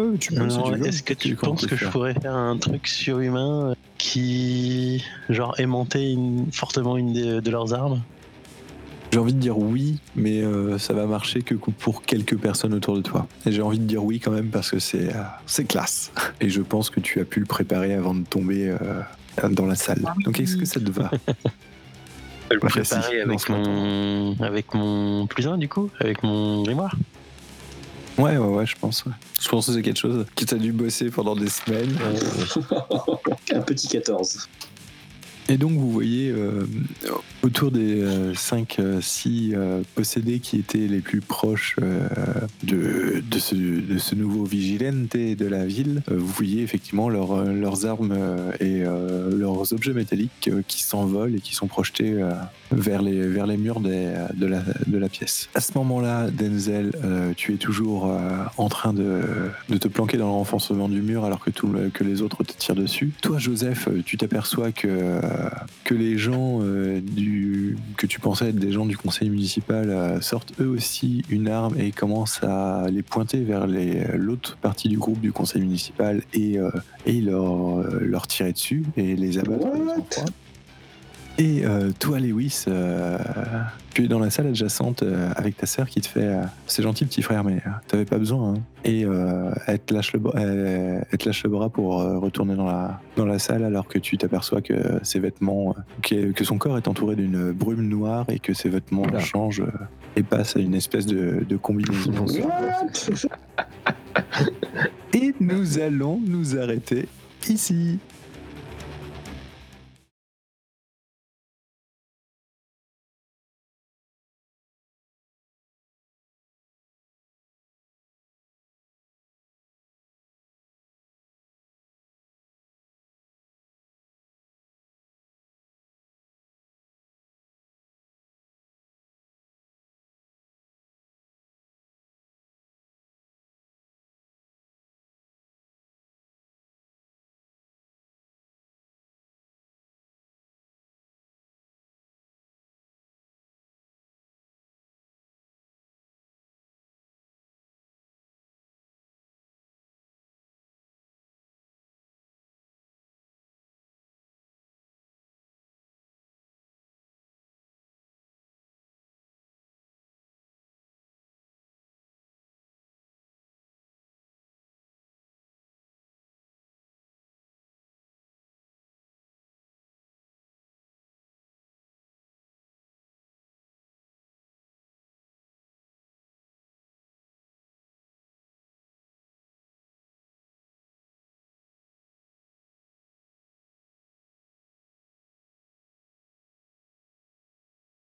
A: Ouais, tu peux si
D: Non,
A: tu veux.
D: est-ce que tu
A: Comment
D: penses
A: te
D: que je
A: faire
D: pourrais faire un truc surhumain euh, qui, genre, aimanter une- fortement une des- de leurs armes?
A: J'ai envie de dire oui, mais euh, ça va marcher que pour quelques personnes autour de toi. Et j'ai envie de dire oui quand même parce que c'est euh, c'est classe. Et je pense que tu as pu le préparer avant de tomber euh, dans la salle. Donc est-ce que ça te va?
D: Je le
A: Précis,
D: préparer avec
A: lance-moi ton-
D: mon, avec mon plus un, du coup, avec mon grimoire.
A: Ouais, ouais, ouais, je pense. ouais. Je pense que c'est quelque chose que tu as dû bosser pendant des semaines.
C: Un petit quatorze.
A: Et donc vous voyez euh, autour des cinq six possédés qui étaient les plus proches euh, de, de, ce, de ce nouveau vigilante de la ville, euh, vous voyez effectivement leur, euh, leurs armes euh, et euh, leurs objets métalliques euh, qui s'envolent et qui sont projetés euh, vers, les, vers les murs des, de, la, de la pièce. À ce moment-là, Denzel, euh, tu es toujours euh, en train de, de te planquer dans le renfoncement du mur alors que, tout le, que les autres te tirent dessus. Toi, Joseph, tu t'aperçois que... Euh, que les gens euh, du, que tu pensais être des gens du conseil municipal euh, sortent eux aussi une arme et commencent à les pointer vers les, l'autre partie du groupe du conseil municipal et, euh, et leur, euh, leur tirer dessus et les abattre de sang-froid. Et euh, toi, Lewis, euh, tu es dans la salle adjacente euh, avec ta sœur qui te fait euh, c'est gentil petit frère, mais euh, t'avais pas besoin. Hein. Et euh, elle, te lâche le bras, elle, elle te lâche le bras pour euh, retourner dans la, dans la salle alors que tu t'aperçois que ses vêtements, euh, que, que son corps est entouré d'une brume noire et que ses vêtements
B: Oula.
A: changent euh, et passent à une espèce de, de combinaison. Et nous allons nous arrêter ici.